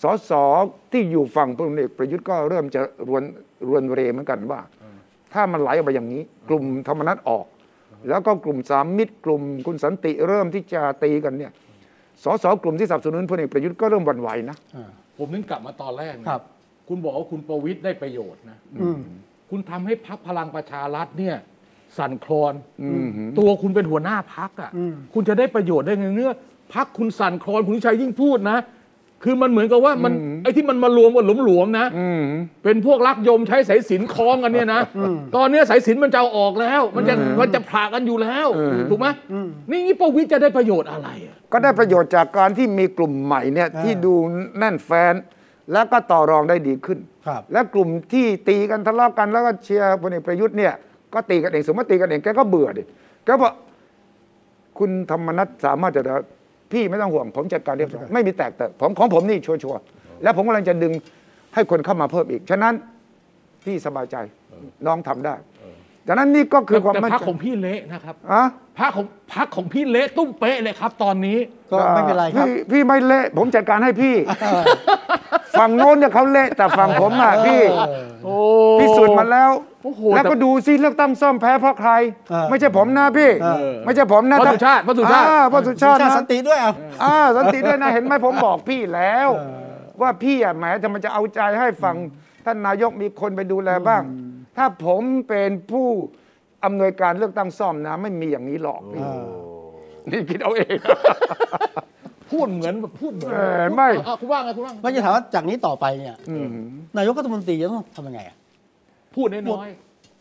สสที่อยู่ฝั่งพลเอกประยุทธ์ก็เริ่มจะรวนเรเหมือนกันว่าถ้ามันไหลออกไปอย่างนี้กลุ่มธรรมนัสออกแล้วก็กลุ่มสามมิตรกลุ่มคุณสันติเริ่มที่จะตีกันเนี่ยสสกลุ่มที่สนับสนุนพลเอกประยุทธ์ก็เริ่มหวั่นไหวนะ
ผมนึกกลับมาตอนแรกนะคุณบอกว่าคุณประวิตรได้ประโยชน์นะคุณทำให้พรรคพลังประชารัฐเนี่ยสั่นคลอนตัวคุณเป็นหัวหน้าพรรคอ่ะคุณจะได้ประโยชน์ได้ไงเนี่ยพรรคคุณสั่นคลอนคุณชัยยิ่งพูดนะคือมันเหมือนกับว่ามันไอ้ที่มันมารวมกันหลวมๆนะเป็นพวกลักยมใช้สายสิญจน์คล้องกันเนี่ยนะตอนนี้สายสิญจน์มันจะเอาออกแล้วมันจะผละกันอยู่แล้วถูกไหมนี่ประวิตรจะได้ประโยชน์อะไร
ก็ได้ประโยชน์จากการที่มีกลุ่มใหม่เนี่ยที่ดูแน่นแฟ้นแล้วก็ต่อรองได้ดีขึ้นและกลุ่มที่ตีกันทะเลาะกันแล้วก็เชียร์พลเอกประยุทธ์เนี่ยก็ตีกันเองสมมติตีกันเองแกก็เบื่อดิแกบอกคุณธรรมนัสสามารถจะพี่ไม่ต้องห่วงผมจัดการเรียบร้อยไม่มีแตกของผมนี่ชัวร์แล้วผมกำลังจะดึงให้คนเข้ามาเพิ่มอีกฉะนั้นพี่สบายใจน้องทำได้ดังนั้นนี่ก็คือความมั่นใจ
พรรคของพี่เละนะครับพรรคของพี่เละตุ้มเป๊ะเลยครับตอนนี้
ก็ไม่เป็นไรครับ
พี่ไม่เละผมจัดการให้พี่ฝั่งโน้นเนี่ยเขาเละแต่ฝั่งผมอ่ะพี่พิสูจน์มาแล้วแล้วก็ดูซิเลือกตั้งซ่อมแพ้เพราะใครไม่ใช่ผมนะพี่ไม่ใช่ผมนะ
พระสุชาติ
พระสุชาติ
สันติด้วย
สันติด้วยนะเห็นไหมผมบอกพี่แล้วว่าพี่อ่ะแหมจะเอาใจให้ฝั่งท่านนายกมีคนไปดูแลบ้างถ้าผมเป็นผู้อำนวยการเลือกตั้งซ่อมนะไม่มีอย่างนี้หรอกนี่คิดเอาเอง
พูดเหมือน
ไม่
คุณว่าไง
ไม่จะถามว่าจากนี้ต่อไปเนี่ยนายกรัฐมนตรีจะต้องทำยังไง
พูดน้อย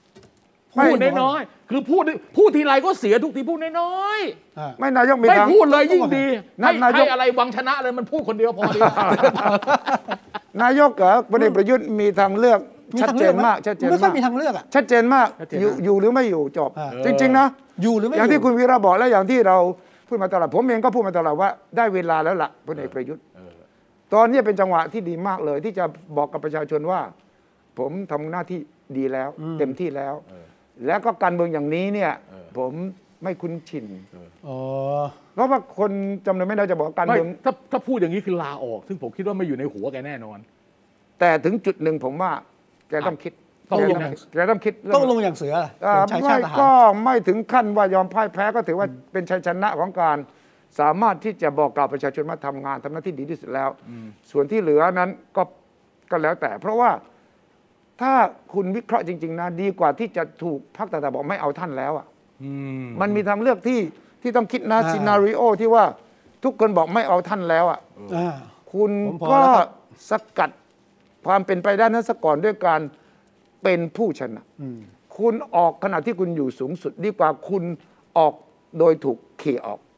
คือพูดทีไรก็เสียทุกทีพูดน้อย
ไม่นายก
ไม่พูดเลยยิ่งดีให้อะไรวังชนะเลยมันพูดคนเดียวพอดี
นายกกับพลเอกประยุทธ์มีทางเลือกชัดเจนมาก
ไม่ค่อยมีทางเลือกอ่ะ
ชัดเจนมากอยู่หรือไม่อยู่จบจริงๆนะ
อยู่หรือไม่
อย่างที่คุณวีระบอกและอย่างที่เราพูดมาตลอดผมเองก็พูดมาตลอดว่าได้เวลาแล้วล่ะพลเอกประยุทธ์ตอนนี้เป็นจังหวะที่ดีมากเลยที่จะบอกกับประชาชนว่าผมทำหน้าที่ดีแล้วเต็มที่แล้วแล้วก็การเมืองอย่างนี้เนี่ยผมไม่คุ้นชินเพราะว่าคนจำนวนไม่น้อยจะบอกการเมือง
ถ้าพูดอย่างนี้คือลาออกซึ่งผมคิดว่าไม่อยู่ในหัวแกแน่นอน
แต่ถึงจุดหนึ่งผมว่าแกต้องคิดแกต้องคิด
ต้องลงอย่างเสือ
ไม่ก็ไม่ถึงขั้นว่ายอมพ่ายแพ้ก็ถือว่าเป็นชัยชนะของการสามารถที่จะบอกกล่าวประชาชนว่าทำงานทำหน้าที่ดีที่สุดแล้วส่วนที่เหลือนั้นก็แล้วแต่เพราะว่าถ้าคุณวิเคราะห์จริงๆนะดีกว่าที่จะถูกพรรคต่างๆบอกไม่เอาท่านแล้วอ่ะมันมีทางเลือกที่ต้องคิดนะซีนาริโอที่ว่าทุกคนบอกไม่เอาท่านแล้วอ่ะคุณก็สกัดความเป็นไปได้นั้นซะก่อนด้วยการเป็นผู้ชนะคุณออกขณะที่คุณอยู่สูงสุดดีกว่าคุณออกโดยถูกขี่ออก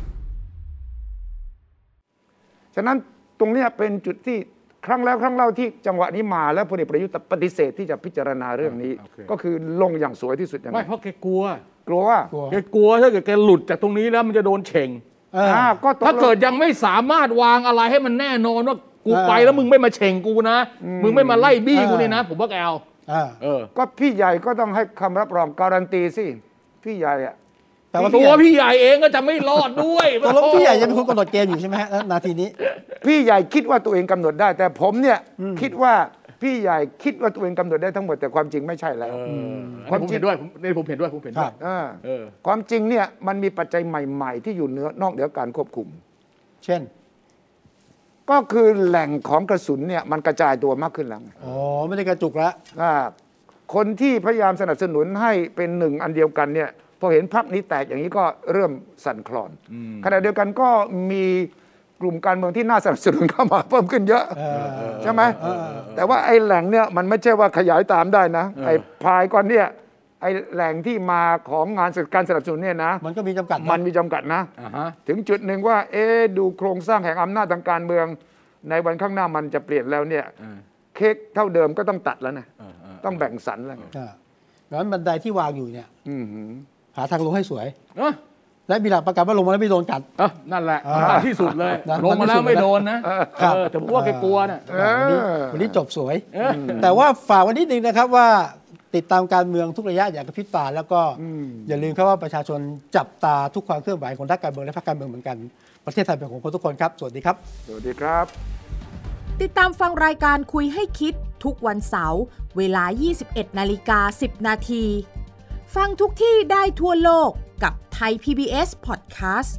ฉะนั้นตรงนี้เป็นจุดที่ครั้งแล้วครั้งเล่าที่จังหวะนี้มาแล้วพลเอกประยุทธ์ปฏิเสธที่จะพิจารณาเรื่องนี้ก็คือลงอย่างสวยที่สุด
ไม่เพราะแกกลัว
แก
กลัวถ้าเกิดแกหลุดจากตรงนี้แล้วมันจะโดนเฉ่งถ้าเกิดยังไม่สามารถวางอะไรให้มันแน่นอนว่ากูไปแล้วมึงไม่มาเฉ่งกูนะมึงไม่มาไล่บี้กูนี่นะผมว่าแกเอา
ก็พี่ใหญ่ก็ต้องให้คำรับรองการันตีสิพี่ใหญ่อะ
แต่ว่าตัวพี่ใหญ่เองก็จะไม่รอดด้วย
ตกลงพี่ใหญ่จะเป็นคนกำหนดเกมอยู่ใช่ไหมฮะนาทีนี้
พี่ใหญ่คิดว่าตัวเองกำหนดได้แต่ผมเนี่ยคิดว่าพี่ใหญ่คิดว่าตัวเองกำหนดได้ทั้งหมดแต่ความจริงไม่ใช่แล้ว
ความจริงด้วยผมเห็นด้วย
ความจริงเนี่ยมันมีปัจจัยใหม่ๆที่อยู่นอกเหนือการควบคุม
เช่น
ก็คือแหล่งของกระสุนเนี่ยมันกระจายตัวมากขึ้นแล้ว
ไม่ได้กระจุกแล้ว
คนที่พยายามสนับสนุนให้เป็นหนึ่งอันเดียวกันเนี่ยพอเห็นพรรคนี้แตกอย่างนี้ก็เริ่มสั่นคลอนขณะเดียวกันก็มีกลุ่มการเมืองที่น่าสนับสนุนเข้ามาเพิ่มขึ้นเยอะใช่ไหมแต่ว่าไอ้แหล่งเนี่ยมันไม่ใช่ว่าขยายตามได้นะไอ้พายก้อนเนี่ยไอ้แหล่งที่มาของงานการสนับสนุนเนี่ยนะ
มันก็มีจำกัด
มันมีจำกัดนะถึงจุดหนึ่งว่าดูโครงสร้างแห่งอำนาจทางการเมืองในวันข้างหน้ามันจะเปลี่ยนแล้วเนี่ยเค้กเท่าเดิมก็ต้องตัดแล้วนะต้องแบ่งสรรแล้ว
งั้นบันไดที่วางอยู่เนี่ยหาทางลงให้สวยและมีหลักประกันว่าลงมาแล้วไม่โดนกัด
นั่นแหละที่สุดเลยลงมาแล้วไม่โดนนะแต่ผมว่าแกกลัวนะ
วันนี้จบสวยแต่ว่าฝากวันนี้นึงนะครับว่าติดตามการเมืองทุกระยะอย่างกระพริบตาแล้วก็อย่าลืมครับว่าประชาชนจับตาทุกความเคลื่อนไหวของนักการเมืองและพรรคการเมืองเหมือนกันประเทศไทยเป็นของคนทุกคนครับสวัสดีครับ
สวัสดีครับ
ติดตามฟังรายการคุยให้คิดทุกวันเสาร์เวลา 21:10 น.ฟังทุกที่ได้ทั่วโลกกับ Thai PBS Podcast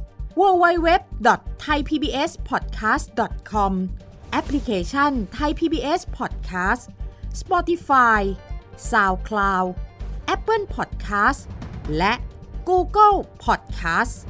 www.thaipbspodcast.com แอปพลิเคชัน Thai PBS Podcast Spotify SoundCloud Apple Podcast และ Google Podcast